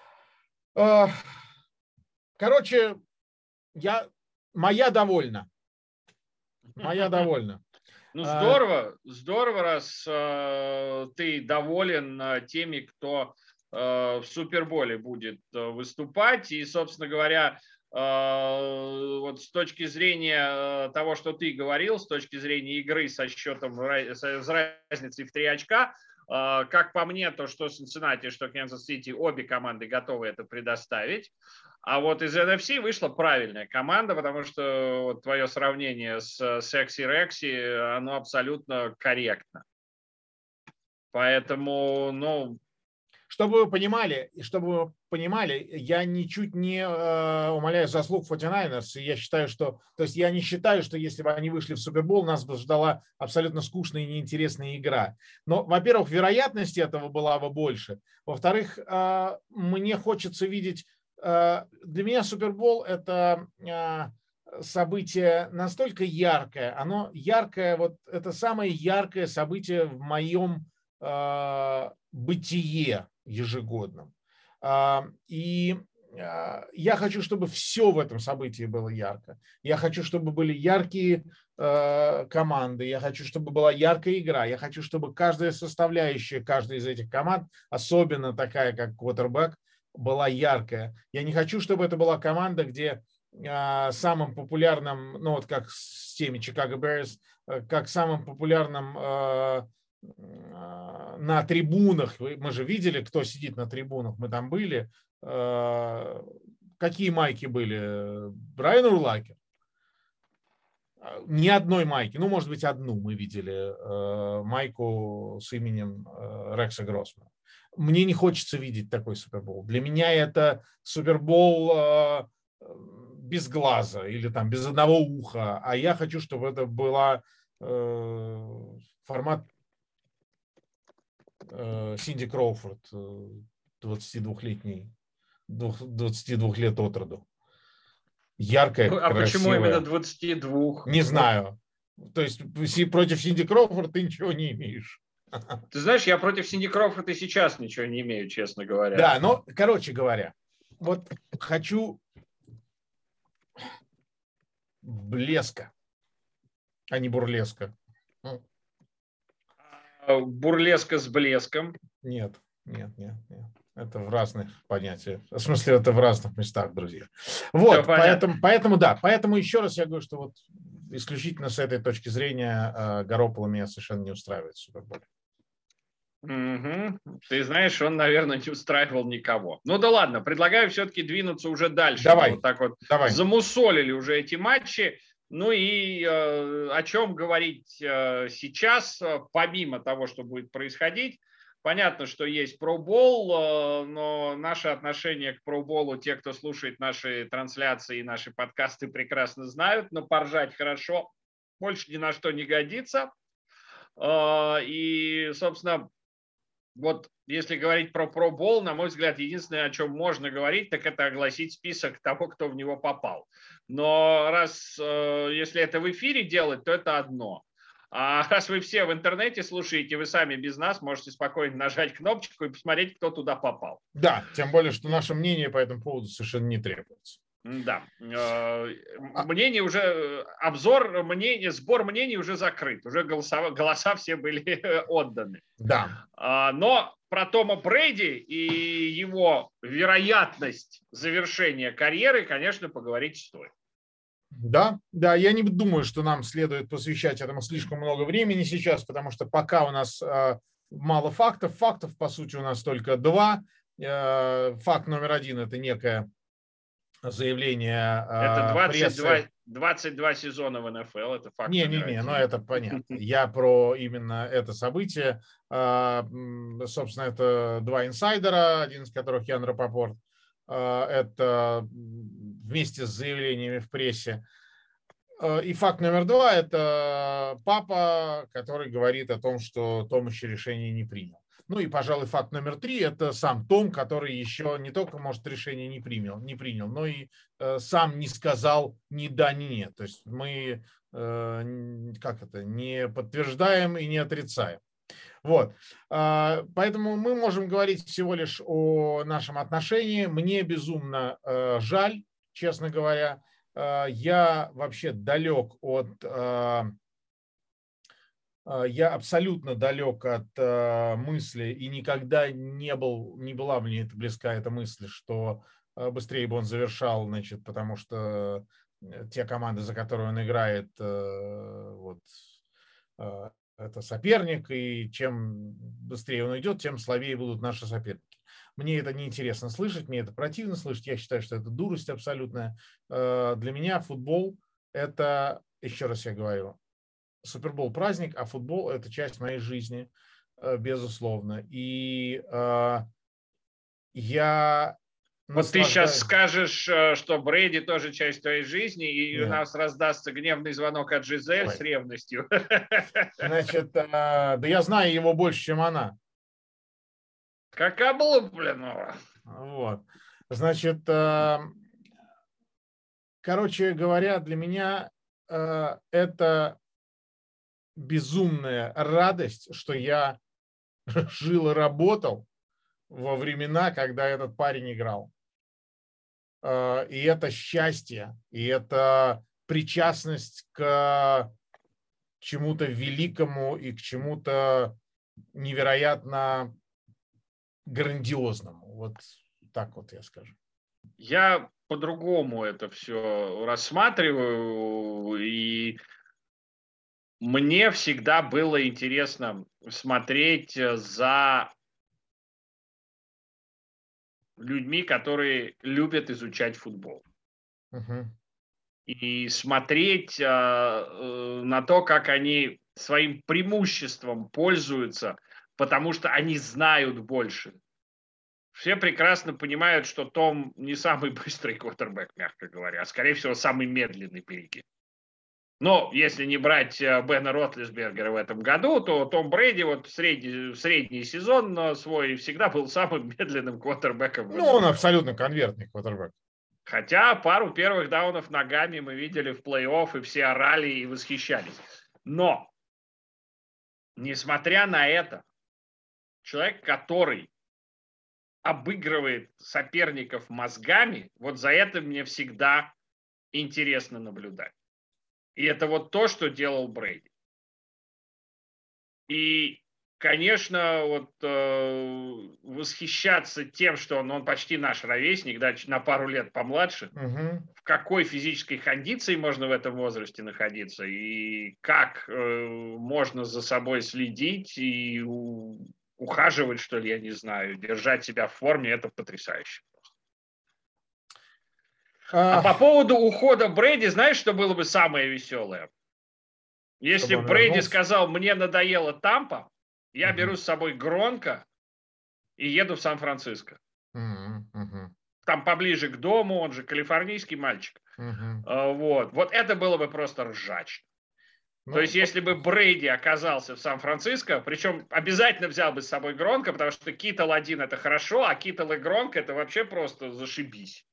Короче, моя довольна. Моя довольна.
Ну, здорово, раз ты доволен теми, кто в Суперболе будет выступать. И, собственно говоря, вот с точки зрения того, что ты говорил, с точки зрения игры со счетом, с разницей в 3 очка, как по мне, то что Cincinnati, что Kansas-City, обе команды готовы это предоставить. А вот из NFC вышла правильная команда, потому что вот твое сравнение с Секси Рекси, оно абсолютно корректно. Поэтому, ну...
Чтобы вы понимали, я ничуть не умаляю заслуг 49ers. Я считаю, что, то есть я не считаю, что если бы они вышли в Супербол, нас бы ждала абсолютно скучная и неинтересная игра. Но, во-первых, вероятность этого была бы больше. Во-вторых, мне хочется видеть... Для меня Супербол – это событие настолько яркое. Оно яркое, вот это самое яркое событие в моем бытие ежегодном. И Я хочу, чтобы все в этом событии было ярко. Я хочу, чтобы были яркие команды. Я хочу, чтобы была яркая игра. Я хочу, чтобы каждая составляющая каждой из этих команд, особенно такая, как квотербек, была яркая. Я не хочу, чтобы это была команда, где самым популярным, ну вот как с теми Chicago Bears, как самым популярным на трибунах, мы же видели, кто сидит на трибунах, мы там были, какие майки были? Брайан Урлакер. Ни одной майки, ну, может быть, одну мы видели, майку с именем Рекса Гроссмана. Мне не хочется видеть такой Супербол. Для меня это Супербол без глаза или там без одного уха, а я хочу, чтобы это была формат Синди Кроуфорд, 22-летний, 22 лет от роду. Яркая,
А почему именно
красивая.
22?
Не знаю. То есть против Синди Кроуфорд ты ничего не имеешь.
Ты знаешь, я против Синди Кроуфорд и сейчас ничего не имею, честно говоря.
Да, но, короче говоря, вот хочу блеска, а не бурлеска.
Бурлеска с блеском.
Нет. Это в разных понятиях. В смысле, это в разных местах, друзья. Вот, поэтому, да. Поэтому еще раз я говорю, что вот исключительно с этой точки зрения Гарополо меня совершенно не устраивает в Суперболе.
Угу. Ты знаешь, он, наверное, не устраивал никого. Ну да ладно, предлагаю все-таки двинуться уже дальше.
Давай.
Мы вот так вот
Давай.
замусолили уже эти матчи. Ну и о чем говорить сейчас, помимо того, что будет происходить. Понятно, что есть пробол, но наше отношение к проболу, те, кто слушает наши трансляции и наши подкасты, прекрасно знают, но поржать хорошо, больше ни на что не годится. И, собственно, вот если говорить про пробол, на мой взгляд, единственное, о чем можно говорить, так это огласить список того, кто в него попал. Но если это в эфире делать, то это одно. А раз вы все в интернете слушаете, вы сами без нас можете спокойно нажать кнопочку и посмотреть, кто туда попал.
Да, тем более, что наше мнение по этому поводу совершенно не требуется.
Да, мнение уже, сбор мнений уже закрыт, уже голоса все были отданы.
Да.
Но про Тома Брэди и его вероятность завершения карьеры, конечно, поговорить стоит.
Да, я не думаю, что нам следует посвящать этому слишком много времени сейчас, потому что пока у нас мало фактов. Фактов, по сути, у нас только два. Факт номер один – это некое заявление
это
прессы.
22 сезона в НФЛ, это факт
номер один. Ну это понятно. Я про именно это событие. Собственно, это два инсайдера, один из которых Ян Рапопорт. Это вместе с заявлениями в прессе. И факт номер два – это папа, который говорит о том, что Том еще решение не принял. Ну и, пожалуй, факт номер три – это сам Том, который еще не только, может, решение не принял, но и сам не сказал ни да, ни нет. То есть мы не подтверждаем и не отрицаем. Вот. Поэтому мы можем говорить всего лишь о нашем отношении. Мне безумно жаль, честно говоря. Я вообще далек от... Я абсолютно далек от мысли и никогда не была мне это близка эта мысль, что быстрее бы он завершал, значит, потому что те команды, за которые он играет, это соперник, и чем быстрее он уйдет, тем слабее будут наши соперники. Мне это неинтересно слышать, мне это противно слышать, я считаю, что это дурость абсолютная. Для меня футбол – это, еще раз я говорю, Супербол – праздник, а футбол – это часть моей жизни, безусловно. И я...
Вот ты сейчас скажешь, что Брэди тоже часть твоей жизни, и у нас раздастся гневный звонок от Жизель с ревностью.
Значит, да я знаю его больше, чем она.
Как облупленного.
Вот. Значит, короче говоря, для меня это безумная радость, что я жил и работал во времена, когда этот парень играл. и это счастье, и это причастность к чему-то великому и к чему-то невероятно грандиозному. Вот так вот я скажу.
Я по-другому это все рассматриваю, и мне всегда было интересно смотреть за людьми, которые любят изучать футбол.
Угу.
И смотреть на то, как они своим преимуществом пользуются, потому что они знают больше. Все прекрасно понимают, что Том не самый быстрый квотербек, мягко говоря, а, скорее всего, самый медленный переги. Но если не брать Бена Ротлисбергера в этом году, то Том Брэди вот в средний сезон свой всегда был самым медленным квотербеком в
Ну, он
НФЛ.
абсолютно конвертный квотербек.
Хотя пару первых даунов ногами мы видели в плей-офф, и все орали и восхищались. Но, несмотря на это, человек, который обыгрывает соперников мозгами, вот за это мне всегда интересно наблюдать. И это вот то, что делал Брэди. И, конечно, вот восхищаться тем, что он почти наш ровесник, да, на пару лет помладше, в какой физической кондиции можно в этом возрасте находиться, и как можно за собой следить и ухаживать, что ли, я не знаю, держать себя в форме, это потрясающе. А по поводу ухода Брэди, знаешь, что было бы самое веселое? Если Брэди сказал, мне надоело Тампа, я беру с собой Гронка и еду в Сан-Франциско. Там поближе к дому, он же калифорнийский мальчик. Вот это было бы просто ржачно. То есть, если бы Брэди оказался в Сан-Франциско, причем обязательно взял бы с собой Гронка, потому что Киттл один это хорошо, а Киттл и Гронк это вообще просто зашибись.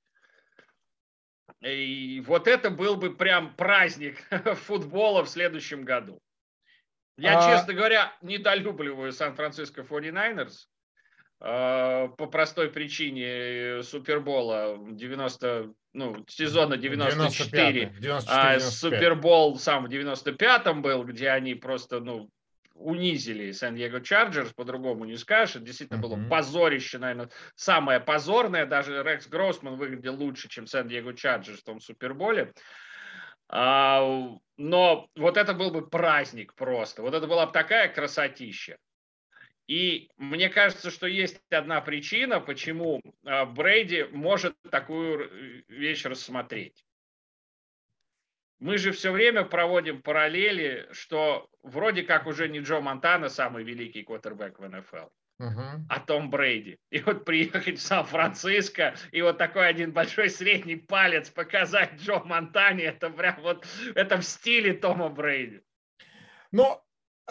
И вот это был бы прям праздник футбола в следующем году. Я, честно говоря, недолюбливаю Сан-Франциско 49ers по простой причине Супербола 90, сезона 94,
94
Супербол сам в 95-м был, где они просто, унизили Сан-Диего Чарджерс, по-другому не скажешь. Это действительно было позорище, наверное, самое позорное. Даже Рекс Гроссман выглядел лучше, чем Сан-Диего Чарджерс в том Суперболе. Но вот это был бы праздник просто. Вот это была бы такая красотища. И мне кажется, что есть одна причина, почему Брэди может такую вещь рассмотреть. Мы же все время проводим параллели, что вроде как уже не Джо Монтана самый великий квотербек в НФЛ, а Том Брэди. И вот приехать в Сан-Франциско и вот такой один большой средний палец показать Джо Монтане, это прям вот, это в стиле Тома Брэди.
Но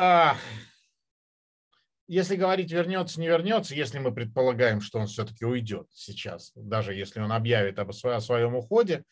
если говорить вернется, не вернется, если мы предполагаем, что он все-таки уйдет сейчас, даже если он объявит о своем уходе.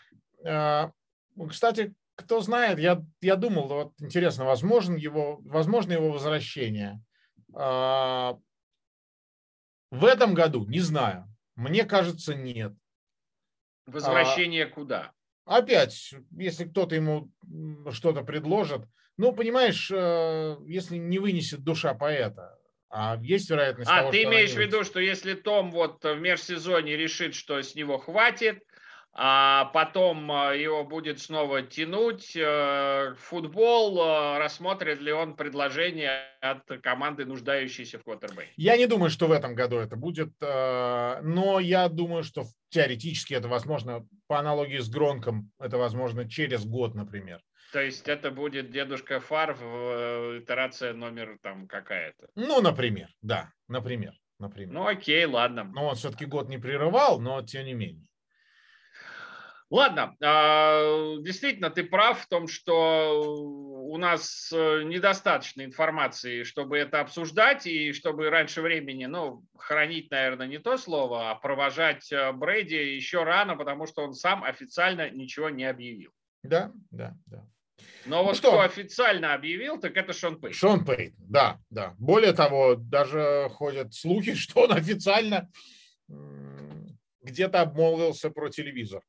Кстати, кто знает, я думал, вот интересно, возможно его возвращение. В этом году не знаю. Мне кажется, нет.
Возвращение куда?
Опять, если кто-то ему что-то предложит, понимаешь, если не вынесет душа поэта, а есть вероятность того,
ты
что
имеешь в виду, что если Том вот в межсезонье решит, что с него хватит, а потом его будет снова тянуть в футбол, рассмотрит ли он предложение от команды, нуждающейся в квотербеке?
Я не думаю, что в этом году это будет, но я думаю, что теоретически это возможно, по аналогии с Гронком, это возможно через год, например.
То есть это будет дедушка Фарв, итерация номер там какая-то?
Например, да, например.
Окей, ладно.
Но он все-таки год не прерывал, но тем не менее.
Ладно, действительно, ты прав в том, что у нас недостаточно информации, чтобы это обсуждать, и чтобы раньше времени, хранить, наверное, не то слово, а провожать Брэди еще рано, потому что он сам официально ничего не объявил.
Да.
Но вот кто официально объявил, так это Шон Пейтон.
Шон Пейтон, да. Более того, даже ходят слухи, что он официально где-то обмолвился про телевизор.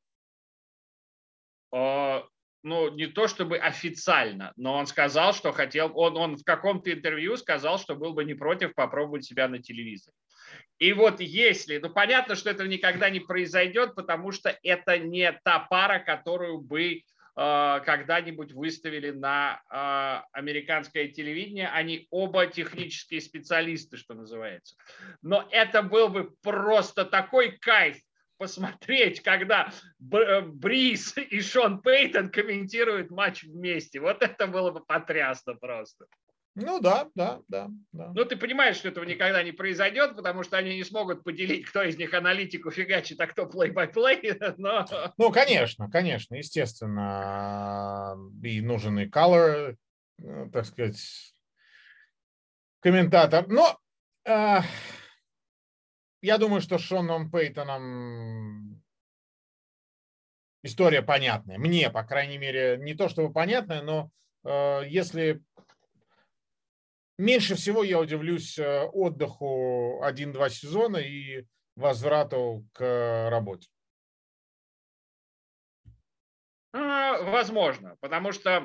Ну, не то чтобы официально, но он сказал, что хотел, он в каком-то интервью сказал, что был бы не против попробовать себя на телевизоре. И вот если, ну понятно, что этого никогда не произойдет, потому что это не та пара, которую бы когда-нибудь выставили на американское телевидение. Они оба технические специалисты, что называется. Но это был бы просто такой кайф посмотреть, когда Бриз и Шон Пейтон комментируют матч вместе. Вот это было бы потрясно просто.
Ну да.
Ну, ты понимаешь, что этого никогда не произойдет, потому что они не смогут поделить, кто из них аналитику фигачит, а кто play-by-play. Но...
Ну, конечно, естественно. И нужен и color, так сказать, комментатор. Но я думаю, что с Шоном Пейтоном история понятная. Мне, по крайней мере, не то чтобы понятная, но если... Меньше всего я удивлюсь отдыху 1-2 сезона и возврату к работе.
Возможно, потому что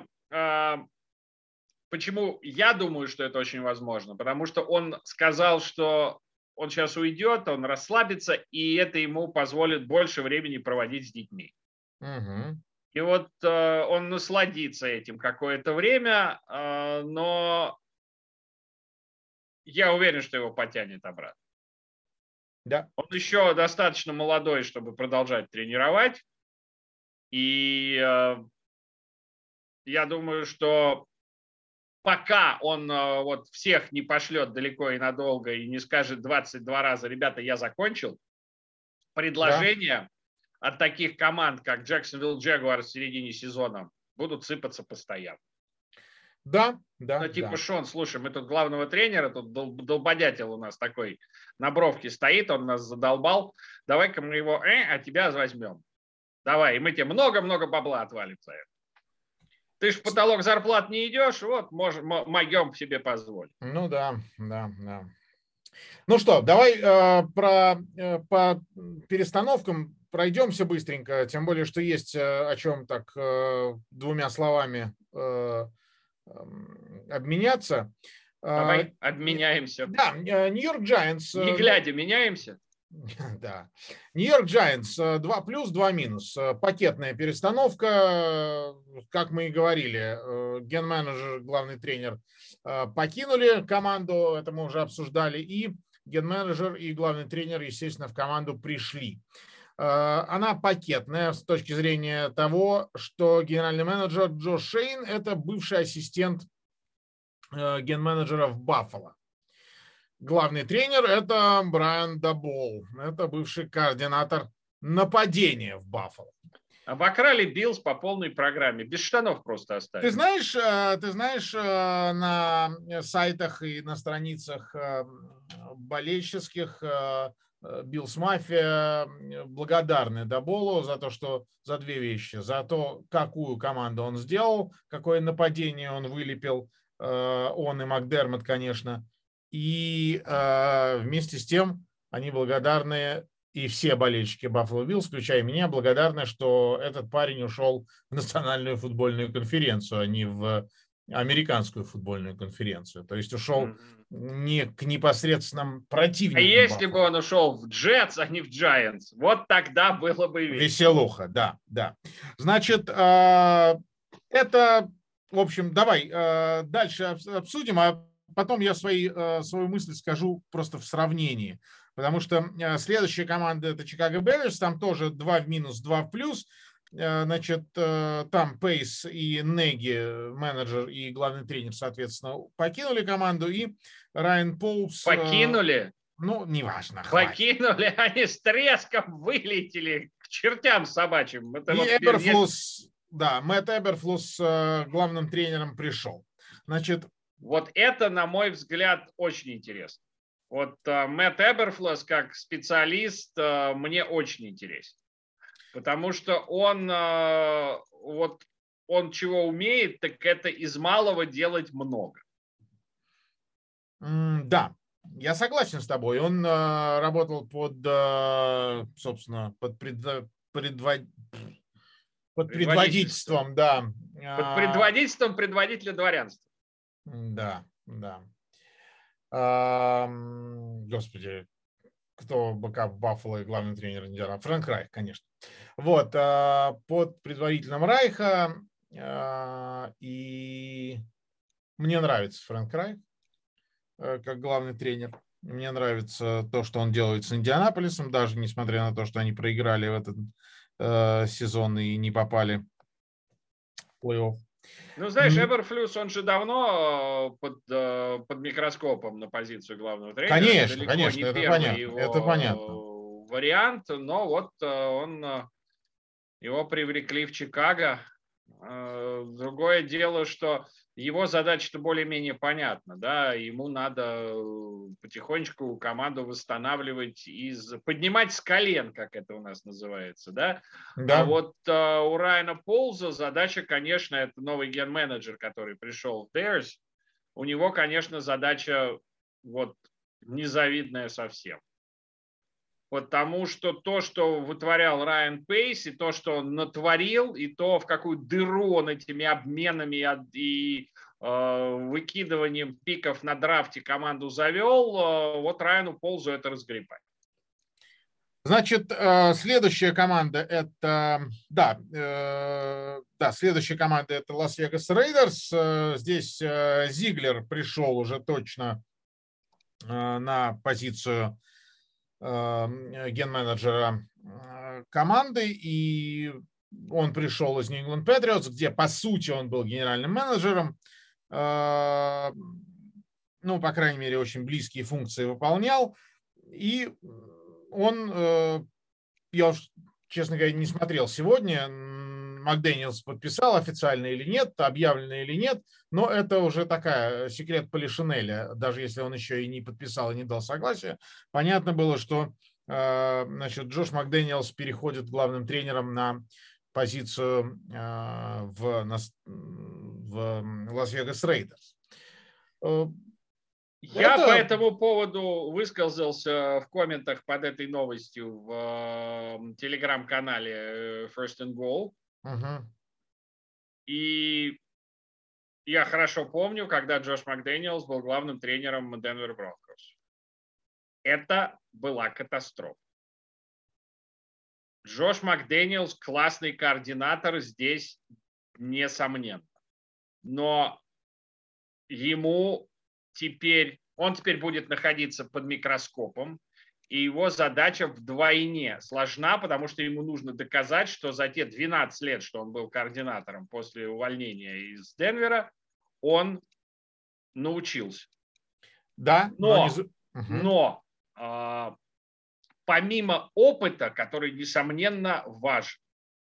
почему я думаю, что это очень возможно? Потому что он сказал, что он сейчас уйдет, он расслабится, и это ему позволит больше времени проводить с детьми.
Угу.
И вот он насладится этим какое-то время, но я уверен, что его потянет обратно.
Да.
Он еще достаточно молодой, чтобы продолжать тренировать. И я думаю, что пока он вот всех не пошлет далеко и надолго и не скажет 22 раза, ребята, я закончил, предложения от таких команд, как Jacksonville Jaguars в середине сезона, будут сыпаться постоянно.
Да.
Ну, типа, Шон, слушай, мы тут главного тренера, тут долбодятел у нас такой на бровке стоит, он нас задолбал, давай-ка мы его, а тебя возьмем. Давай, и мы тебе много-много бабла отвалим за это. Ты ж в потолок зарплат не идешь, вот могем себе позволить.
Ну да. Ну что, давай по перестановкам пройдемся быстренько, тем более, что есть о чем так двумя словами обменяться.
Давай обменяемся.
Да, Нью-Йорк Giants.
Не глядя, меняемся.
Да. Нью-Йорк Giants 2 плюс, 2 минус. Пакетная перестановка, как мы и говорили, ген-менеджер, главный тренер покинули команду, это мы уже обсуждали, и ген-менеджер и главный тренер, естественно, в команду пришли. Она пакетная с точки зрения того, что генеральный менеджер Джо Шейн – это бывший ассистент ген-менеджера в Баффало. Главный тренер – это Брайан Дабол. Это бывший координатор нападения в Баффало.
Обокрали Биллс по полной программе. Без штанов просто оставили.
Ты знаешь, на сайтах и на страницах болельческих Биллс Мафия благодарны Даболу за то, что за две вещи. За то, какую команду он сделал, какое нападение он вылепил, он и Макдермот, конечно. И вместе с тем они благодарны, и все болельщики Buffalo Bills, включая меня, благодарны, что этот парень ушел в Национальную футбольную конференцию, а не в Американскую футбольную конференцию. То есть ушел не к непосредственным противникам.
А если бы он ушел в Джетс, а не в Giants, вот тогда было бы
веселуха. Да. Значит, это, в общем, давай дальше обсудим, а потом я свою мысль скажу просто в сравнении. Потому что следующая команда – это Чикаго Беррис, там тоже 2 в минус, 2 в плюс. Значит, там Пейс и Неги, менеджер и главный тренер, соответственно, покинули команду, и Райан Поупс…
Покинули?
Ну, неважно.
Покинули, они с треском вылетели к чертям собачьим.
Это и вот Эберфлус, да, Мэтт Эберфлус главным тренером пришел. Значит,
вот это, на мой взгляд, очень интересно. Вот Мэтт Эберфлус как специалист мне очень интересен. Потому что он чего умеет, так это из малого делать много.
Да. Я согласен с тобой. Он работал под, собственно, под
Предводительство.
предводительством, да.
Под предводительством предводителя дворянства.
Да, да. Господи, кто БК Баффало и главный тренер Индиана? Фрэнк Райх, конечно. Вот, под предводителем Райха. И мне нравится Фрэнк Райх как главный тренер. Мне нравится то, что он делает с Индианаполисом, даже несмотря на то, что они проиграли в этот сезон и не попали в плей-офф.
Ну, знаешь, Эберфлюс, он же давно под микроскопом на позицию главного тренера. Это
Конечно,
далеко
конечно,
не
это
первый
понятно, это понятно.
его вариант, но вот его привлекли в Чикаго. Другое дело, что его задача-то более-менее понятна, да, ему надо потихонечку команду восстанавливать, поднимать с колен, как это у нас называется, да. А
Да.
вот у Райана Полза задача, конечно, это новый ген-менеджер, который пришел в Bears, у него, конечно, задача вот незавидная совсем. Потому что то, что вытворял Райан Пейс, и то, что он натворил, и то, в какую дыру он этими обменами и выкидыванием пиков на драфте команду завел, вот Райану Ползу это разгребать.
Значит, следующая команда это, да, следующая команда это Лас-Вегас Рейдерс. Здесь Зиглер пришел уже точно на позицию ген-менеджера команды, и он пришел из New England Patriots, где, по сути, он был генеральным менеджером. Ну, по крайней мере, очень близкие функции выполнял. И он, я уж, честно говоря, не смотрел сегодня, Макдэниелс подписал официально или нет, объявлено или нет, но это уже такая секрет Полишинеля, даже если он еще и не подписал и не дал согласия. Понятно было, что значит, Джош Макдэниелс переходит главным тренером на позицию в Лас-Вегас Рейдерс.
Я по этому поводу высказался в комментах под этой новостью в телеграм-канале First and Goal. И я хорошо помню, когда Джош Макдэниелс был главным тренером Денвер Бронкос. Это была катастрофа. Джош Макдэниелс классный координатор здесь, несомненно. Но он теперь будет находиться под микроскопом, и его задача вдвойне сложна, потому что ему нужно доказать, что за те 12 лет, что он был координатором после увольнения из Денвера, он научился.
Да,
но помимо опыта, который, несомненно, важен,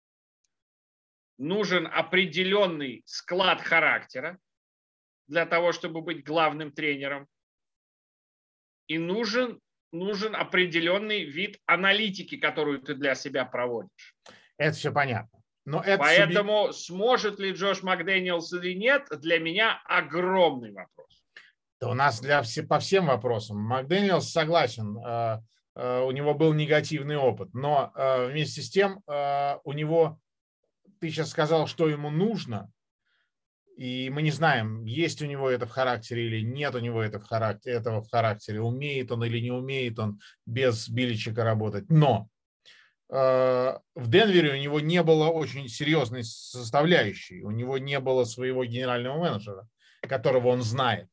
нужен определенный склад характера для того, чтобы быть главным тренером, и нужен определенный вид аналитики, которую ты для себя проводишь.
Это все понятно. Но
поэтому сможет ли Джош Макдэниелс или нет, для меня огромный вопрос.
Да у нас по всем вопросам. Макдэниелс согласен, у него был негативный опыт, но вместе с тем у него, ты сейчас сказал, что ему нужно, и мы не знаем, есть у него это в характере или нет у него этого в характере, умеет он или не умеет он без Биличика работать. Но в Денвере у него не было очень серьезной составляющей, у него не было своего генерального менеджера, которого он знает,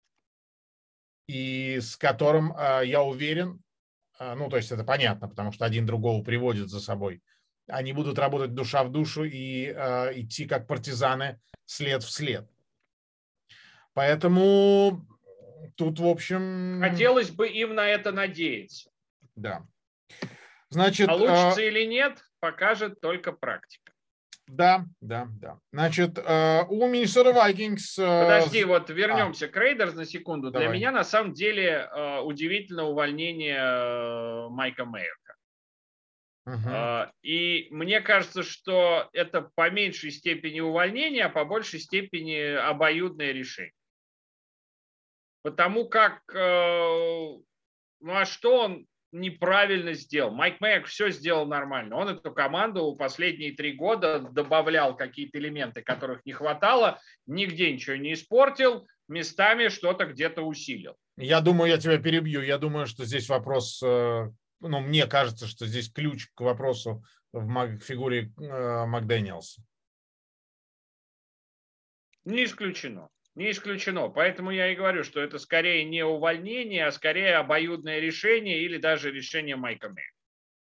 и с которым, я уверен, ну, то есть это понятно, потому что один другого приводит за собой, они будут работать душа в душу и идти как партизаны след в след. Поэтому тут, в общем...
Хотелось бы им на это надеяться.
Да. Значит,
получится или нет, покажет только практика.
Да. Значит, у Миннесота Вайкингс...
Подожди, вот вернемся к Рейдерс на секунду. Давай. Для меня на самом деле удивительно увольнение Майка Мейерка. И мне кажется, что это по меньшей степени увольнение, а по большей степени обоюдное решение. Потому как, ну а что он неправильно сделал? Майк Мэйок все сделал нормально. Он эту команду последние 3 года добавлял какие-то элементы, которых не хватало, нигде ничего не испортил, местами что-то где-то усилил.
Я думаю, я тебя перебью. Я думаю, что здесь вопрос, ну, мне кажется, что здесь ключ к вопросу в фигуре Макдэниелса.
Не исключено. Не исключено. Поэтому я и говорю, что это скорее не увольнение, а скорее обоюдное решение или даже решение Майка Мэйка.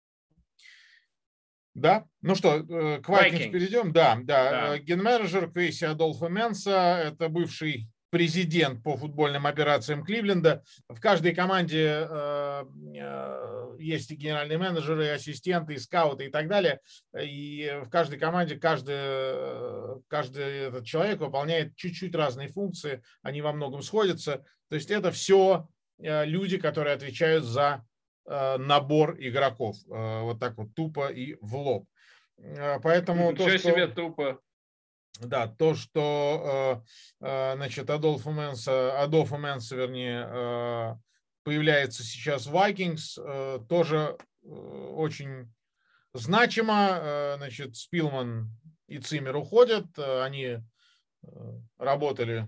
Да, ну что, к Vikings
Vikings.
перейдем. Да.
Да.
Ген-менеджер Квейси Адолфо Менса, это бывший президент по футбольным операциям Кливленда. В каждой команде есть и генеральные менеджеры, и ассистенты, и скауты, и так далее. И в каждой команде каждый этот человек выполняет чуть-чуть разные функции, они во многом сходятся. То есть это все люди, которые отвечают за набор игроков. Вот так вот тупо и в лоб. Поэтому то,
Ничего себе
что...
тупо.
Да, то, что значит, Адольфо Менса, вернее, появляется сейчас в Vikings, тоже очень значимо. Значит, Спилман и Циммер уходят. Они работали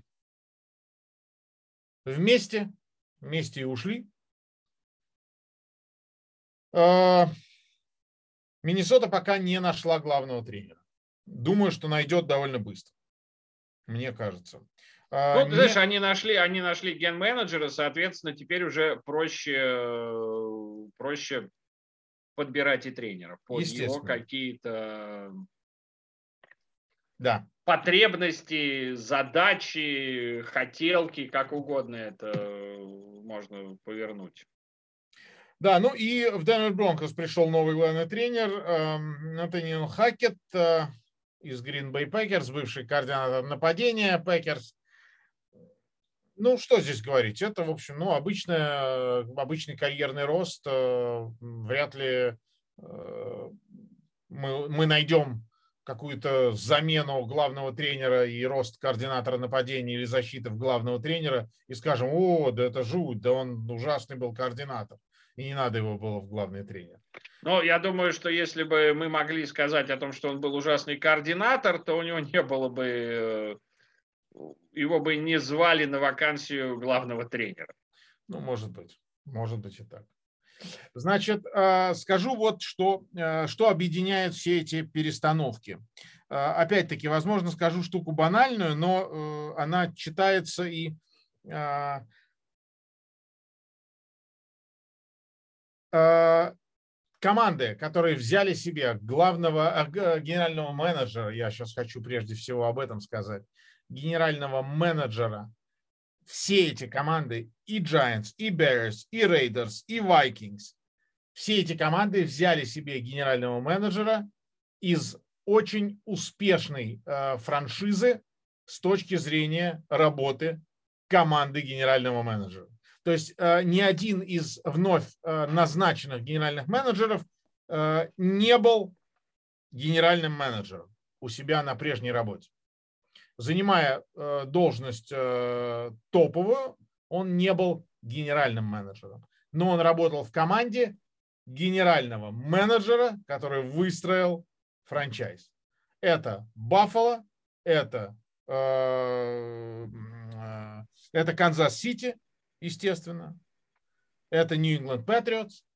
вместе и ушли. Миннесота пока не нашла главного тренера. Думаю, что найдет довольно быстро. Мне кажется.
Ну, ты знаешь, они нашли ген-менеджера, соответственно, теперь уже проще подбирать и тренеров под его какие-то потребности, задачи, хотелки, как угодно это можно повернуть.
Да, ну и в Денвер Бронкос пришел новый главный тренер Натаниэл Хакет из Green Bay Packers, бывший координатор нападения Packers. Ну, что здесь говорить? Это, в общем, ну, обычный карьерный рост. Вряд ли мы найдем какую-то замену главного тренера и рост координатора нападения или защиты в главного тренера и скажем, о, да это жуть, да он ужасный был координатор. И не надо его было в главный тренер.
Но я думаю, что если бы мы могли сказать о том, что он был ужасный координатор, то у него не было бы, его бы не звали на вакансию главного тренера.
Ну, может быть и так. Значит, скажу вот, что объединяет все эти перестановки. Опять-таки, возможно, скажу штуку банальную, но она читается и команды, которые взяли себе главного генерального менеджера, я сейчас хочу прежде всего об этом сказать, генерального менеджера, все эти команды, и Giants, и Bears, и Raiders, и Vikings, все эти команды взяли себе генерального менеджера из очень успешной франшизы с точки зрения работы команды генерального менеджера. То есть ни один из вновь назначенных генеральных менеджеров не был генеральным менеджером у себя на прежней работе. Занимая должность топовую, он не был генеральным менеджером. Но он работал в команде генерального менеджера, который выстроил франчайз. Это Баффало, это Канзас-Сити, естественно, это Нью-Ингланд Патриотс,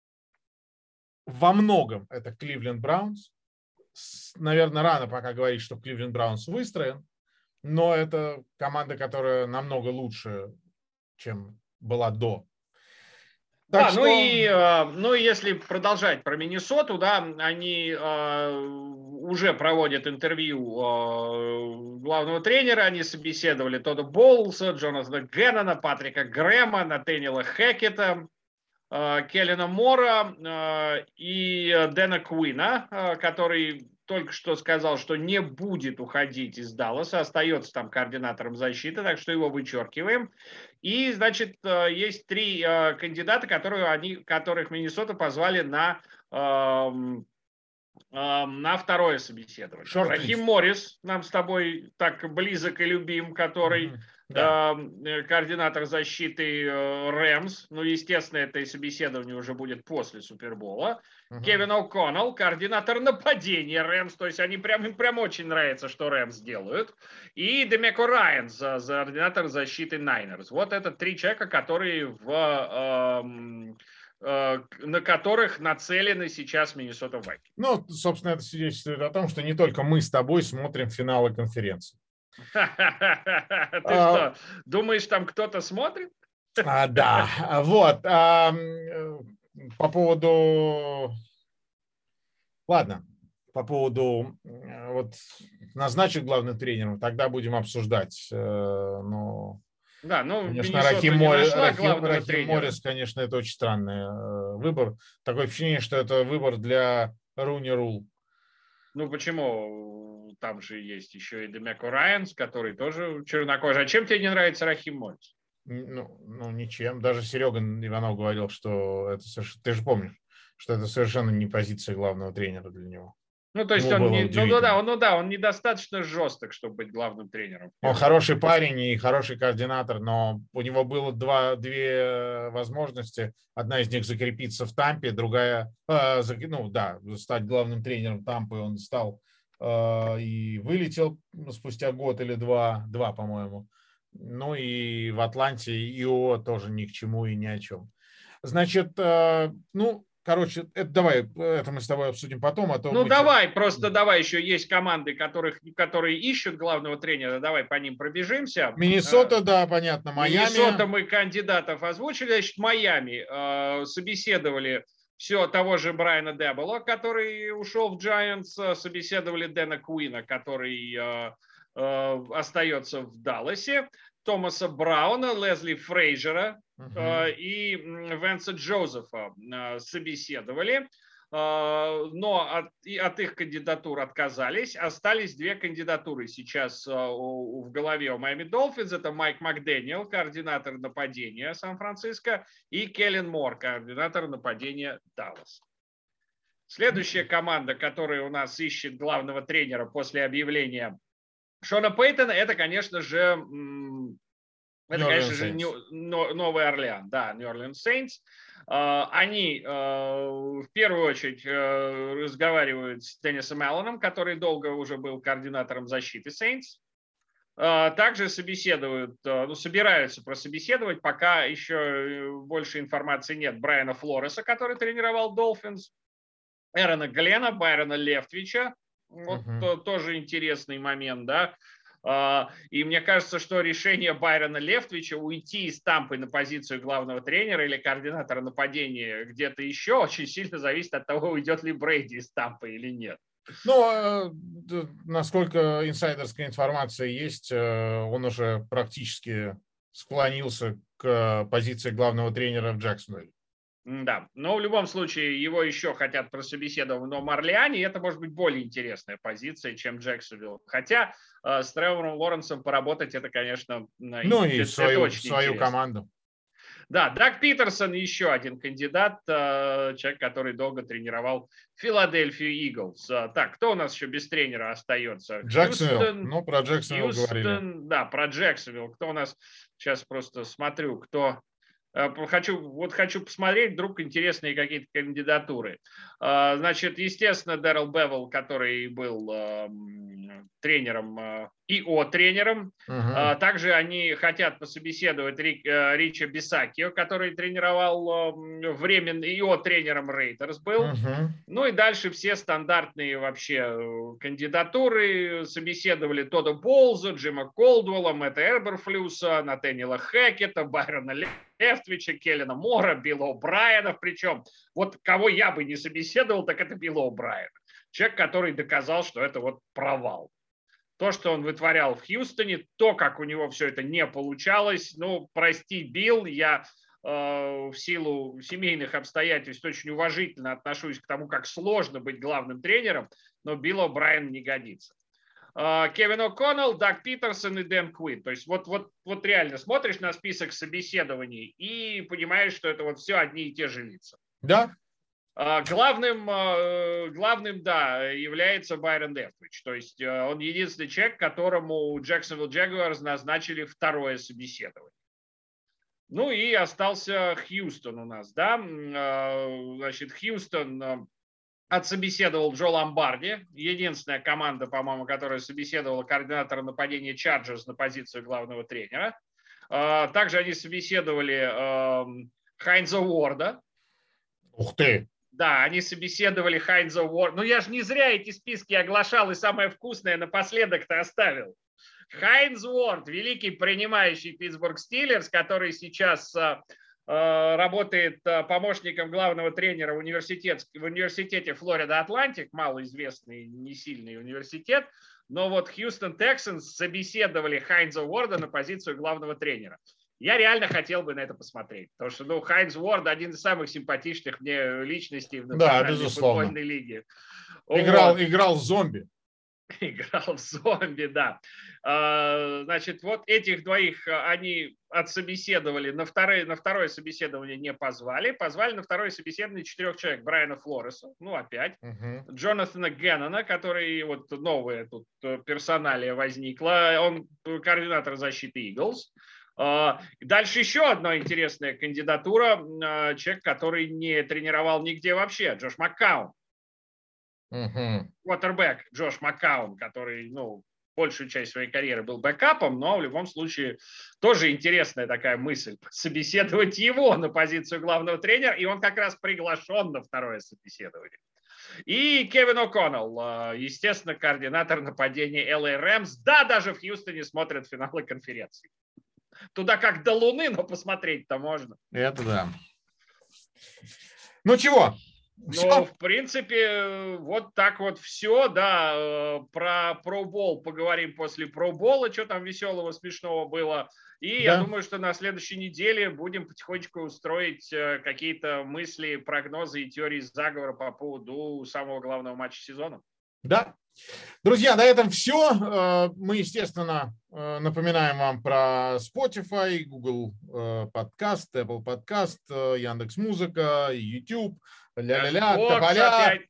во многом это Кливленд Браунс. Наверное, рано пока говорить, что Кливленд Браунс выстроен, но это команда, которая намного лучше, чем была до.
Так да, что... ну и если продолжать про Миннесоту, да, они уже проводят интервью главного тренера, они собеседовали Тодда Боулса, Джонатана Геннона, Патрика Грэма, Натаниэла Хэкета, Келлена Мора и Дэна Куина, который только что сказал, что не будет уходить из Далласа, остается там координатором защиты, так что его вычеркиваем. И, значит, есть 3 кандидата, которых Миннесота позвали на на второе собеседование.
Шорт-лист.
Рахим Моррис, нам с тобой так близок и любим, который
Да.
координатор защиты Рэмс. Ну, естественно, это и собеседование уже будет после Супербола. Кевин О'Коннелл, координатор нападения Рэмс. То есть им прям очень нравится, что Рэмс делают. И Демеко Райанс, координатор защиты Найнерс. Вот это 3 человека, которые на которых нацелены сейчас Миннесота Вайкингс.
Ну, собственно, это свидетельствует о том, что не только мы с тобой смотрим финалы конференции.
Ты что, думаешь, там кто-то смотрит?
Да, вот. По поводу... Ладно, по поводу вот назначить главным тренером, тогда будем обсуждать. Но,
да, ну,
конечно,
Миннесота не нашла главного тренера.
Моррис, конечно, это очень странный выбор. Такое впечатление, что это выбор для Руни Рул.
Ну, почему? Там же есть еще и Демеко Райанс, который тоже чернокожий. А чем тебе не нравится Рахим Моррис?
Ну, ничем. Даже Серега Иванов говорил, что это совершенно... Ты же помнишь, что это совершенно не позиция главного тренера для него.
Ну, то есть он недостаточно жесток, чтобы быть главным тренером.
Он хороший парень и хороший координатор, но у него было две возможности. Одна из них закрепиться в Тампе, другая, стать главным тренером Тампы. Он стал и вылетел спустя год или два, по-моему. Ну и в Атланте ИО тоже ни к чему и ни о чем. Значит, короче, давай, это мы с тобой обсудим потом.
Давай, еще есть команды, которые ищут главного тренера, давай по ним пробежимся.
Миннесота, да, понятно, Майами.
Миннесота мы кандидатов озвучили, значит, Майами собеседовали все того же Брайана Дебола, который ушел в Giants, собеседовали Дэна Куина, который остается в Далласе, Томаса Брауна, Лезли Фрейзера и Венса Джозефа собеседовали, но от их кандидатур отказались. Остались 2 кандидатуры сейчас в голове у Майами Долфинс. Это Майк Макдэниел, координатор нападения Сан-Франциско, и Келлен Мор, координатор нападения Даллас. Следующая команда, которая у нас ищет главного тренера после объявления Шона Пейтона, это, конечно же, Новый Орлеан, да, New Orleans Saints. Они в первую очередь разговаривают с Деннисом Алленом, который долго уже был координатором защиты Saints. Также собираются прособеседовать, пока еще больше информации нет, Брайана Флореса, который тренировал Dolphins, Эрона Глена, Байрона Лефтвича. Вот тоже интересный момент, да. И мне кажется, что решение Байрона Лефтвича уйти из Тампы на позицию главного тренера или координатора нападения где-то еще очень сильно зависит от того, уйдет ли Брейди из Тампы или нет.
Ну, насколько инсайдерская информация есть, он уже практически склонился к позиции главного тренера в Джексонвилле.
Да, но в любом случае его еще хотят прособеседовать в Новом Орлеане, и это может быть более интересная позиция, чем Джексонвилл. Хотя с Тревором Лоренсом поработать это, конечно,
и свою команду.
Да, Даг Питерсон еще один кандидат, человек, который долго тренировал Филадельфию Иглс. Так, кто у нас еще без тренера остается?
Джексонвилл. Про Джексонвилл говорили.
Да, про Джексонвилл. Кто у нас? Сейчас просто смотрю, кто... Хочу посмотреть, вдруг интересные какие-то кандидатуры. Значит, естественно, Дэрил Бевелл, который был тренером, ИО-тренером. Также они хотят пособеседовать Рича Бисакио, который тренировал временно, ИО-тренером Рейдерс был. Ну и дальше все стандартные вообще кандидатуры. Собеседовали Тодда Болза, Джима Колдуэлла, Мэтта Эрберфлюса, Натаниэла Хэкета, Байрона Лефтвича, Келлена Мора, Билла О'Брайена. Причем вот кого я бы не собеседовал, так это Билла О'Брайена. Человек, который доказал, что это вот провал. То, что он вытворял в Хьюстоне, то, как у него все это не получалось. Ну, прости, Билл, я в силу семейных обстоятельств очень уважительно отношусь к тому, как сложно быть главным тренером, но Билл О'Брайен не годится. Кевин О'Коннелл, Даг Питерсон и Дэн Куин. То есть вот реально смотришь на список собеседований и понимаешь, что это вот все одни и те же лица.
Да.
Главным, да, является Байрон Лефтвич. То есть он единственный человек, которому Jacksonville Jaguars назначили второе собеседование. Ну и остался Хьюстон у нас, да. Значит, Хьюстон отсобеседовал Джо Ломбарди. Единственная команда, по-моему, которая собеседовала координатора нападения Чарджерс на позицию главного тренера. Также они собеседовали Хайнза Уорда.
Ух ты!
Да, они собеседовали Хайнза Уорда. Ну, я же не зря эти списки оглашал и самое вкусное напоследок-то оставил. Хайнз Уорд, великий принимающий Питтсбург Стиллерс, который сейчас работает помощником главного тренера в университете Флорида Атлантик, малоизвестный, не сильный университет. Но вот Хьюстон Тексанс собеседовали Хайнза Уорда на позицию главного тренера. Я реально хотел бы на это посмотреть, потому что Хайнз Уорд один из самых симпатичных мне личностей в национальной футбольной лиге.
Играл в зомби.
Играл в зомби, да. Значит, вот этих двоих они отсобеседовали, на второе собеседование не позвали. Позвали на второе собеседование 4 человек. Брайана Флореса, опять. Джонатана Геннона, который вот новая тут персоналия возникла. Он координатор защиты Eagles. Дальше еще одна интересная кандидатура. Человек, который не тренировал нигде вообще. Джош Маккаун. Квотербэк Джош Маккаун, который, большую часть своей карьеры был бэкапом, но в любом случае тоже интересная такая мысль собеседовать его на позицию главного тренера, и он как раз приглашен на второе собеседование. И Кевин О'Коннелл, естественно, координатор нападения LA Rams. Да, даже в Хьюстоне смотрят финалы конференции. Туда как до Луны, но посмотреть-то можно.
Это да. Ну чего?
Ну, в принципе, вот так вот все, да, про Pro-Bowl поговорим после Pro-Bowl, что там веселого, смешного было. И я думаю, что на следующей неделе будем потихонечку устроить какие-то мысли, прогнозы и теории заговора по поводу самого главного матча сезона.
Да. Друзья, на этом все. Мы, естественно, напоминаем вам про Spotify, Google подкаст, Apple подкаст, Яндекс.Музыка, YouTube, ля-ля-ля, тополя.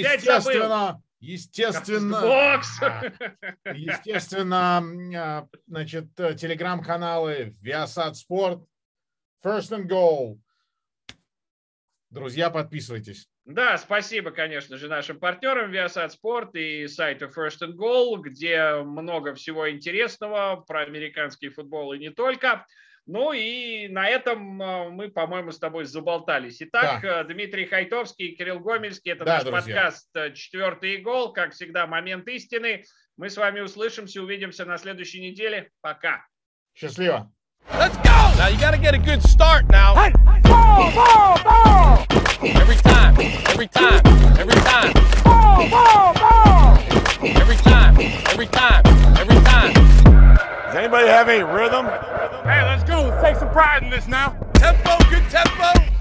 Естественно, значит, телеграм-каналы Viasat Sport, First and Goal. Друзья, подписывайтесь.
Да, спасибо, конечно же, нашим партнерам Viasat Sport и сайту First and Goal, где много всего интересного про американский футбол и не только. Ну и на этом мы, по-моему, с тобой заболтались. Итак, да. Дмитрий Хайтовский и Кирилл Гомельский. Это наш подкаст «Четвертый гол». Как всегда, момент истины. Мы с вами услышимся, увидимся на следующей неделе. Пока.
Счастливо.
Let's go! Now you got to get a good start now. Hey, ball, ball, ball! Every time, every time, every time. Ball, ball, ball! Every time, every time, every time. Does anybody have any rhythm? Hey, let's go. Let's take some pride in this now. Tempo, good tempo.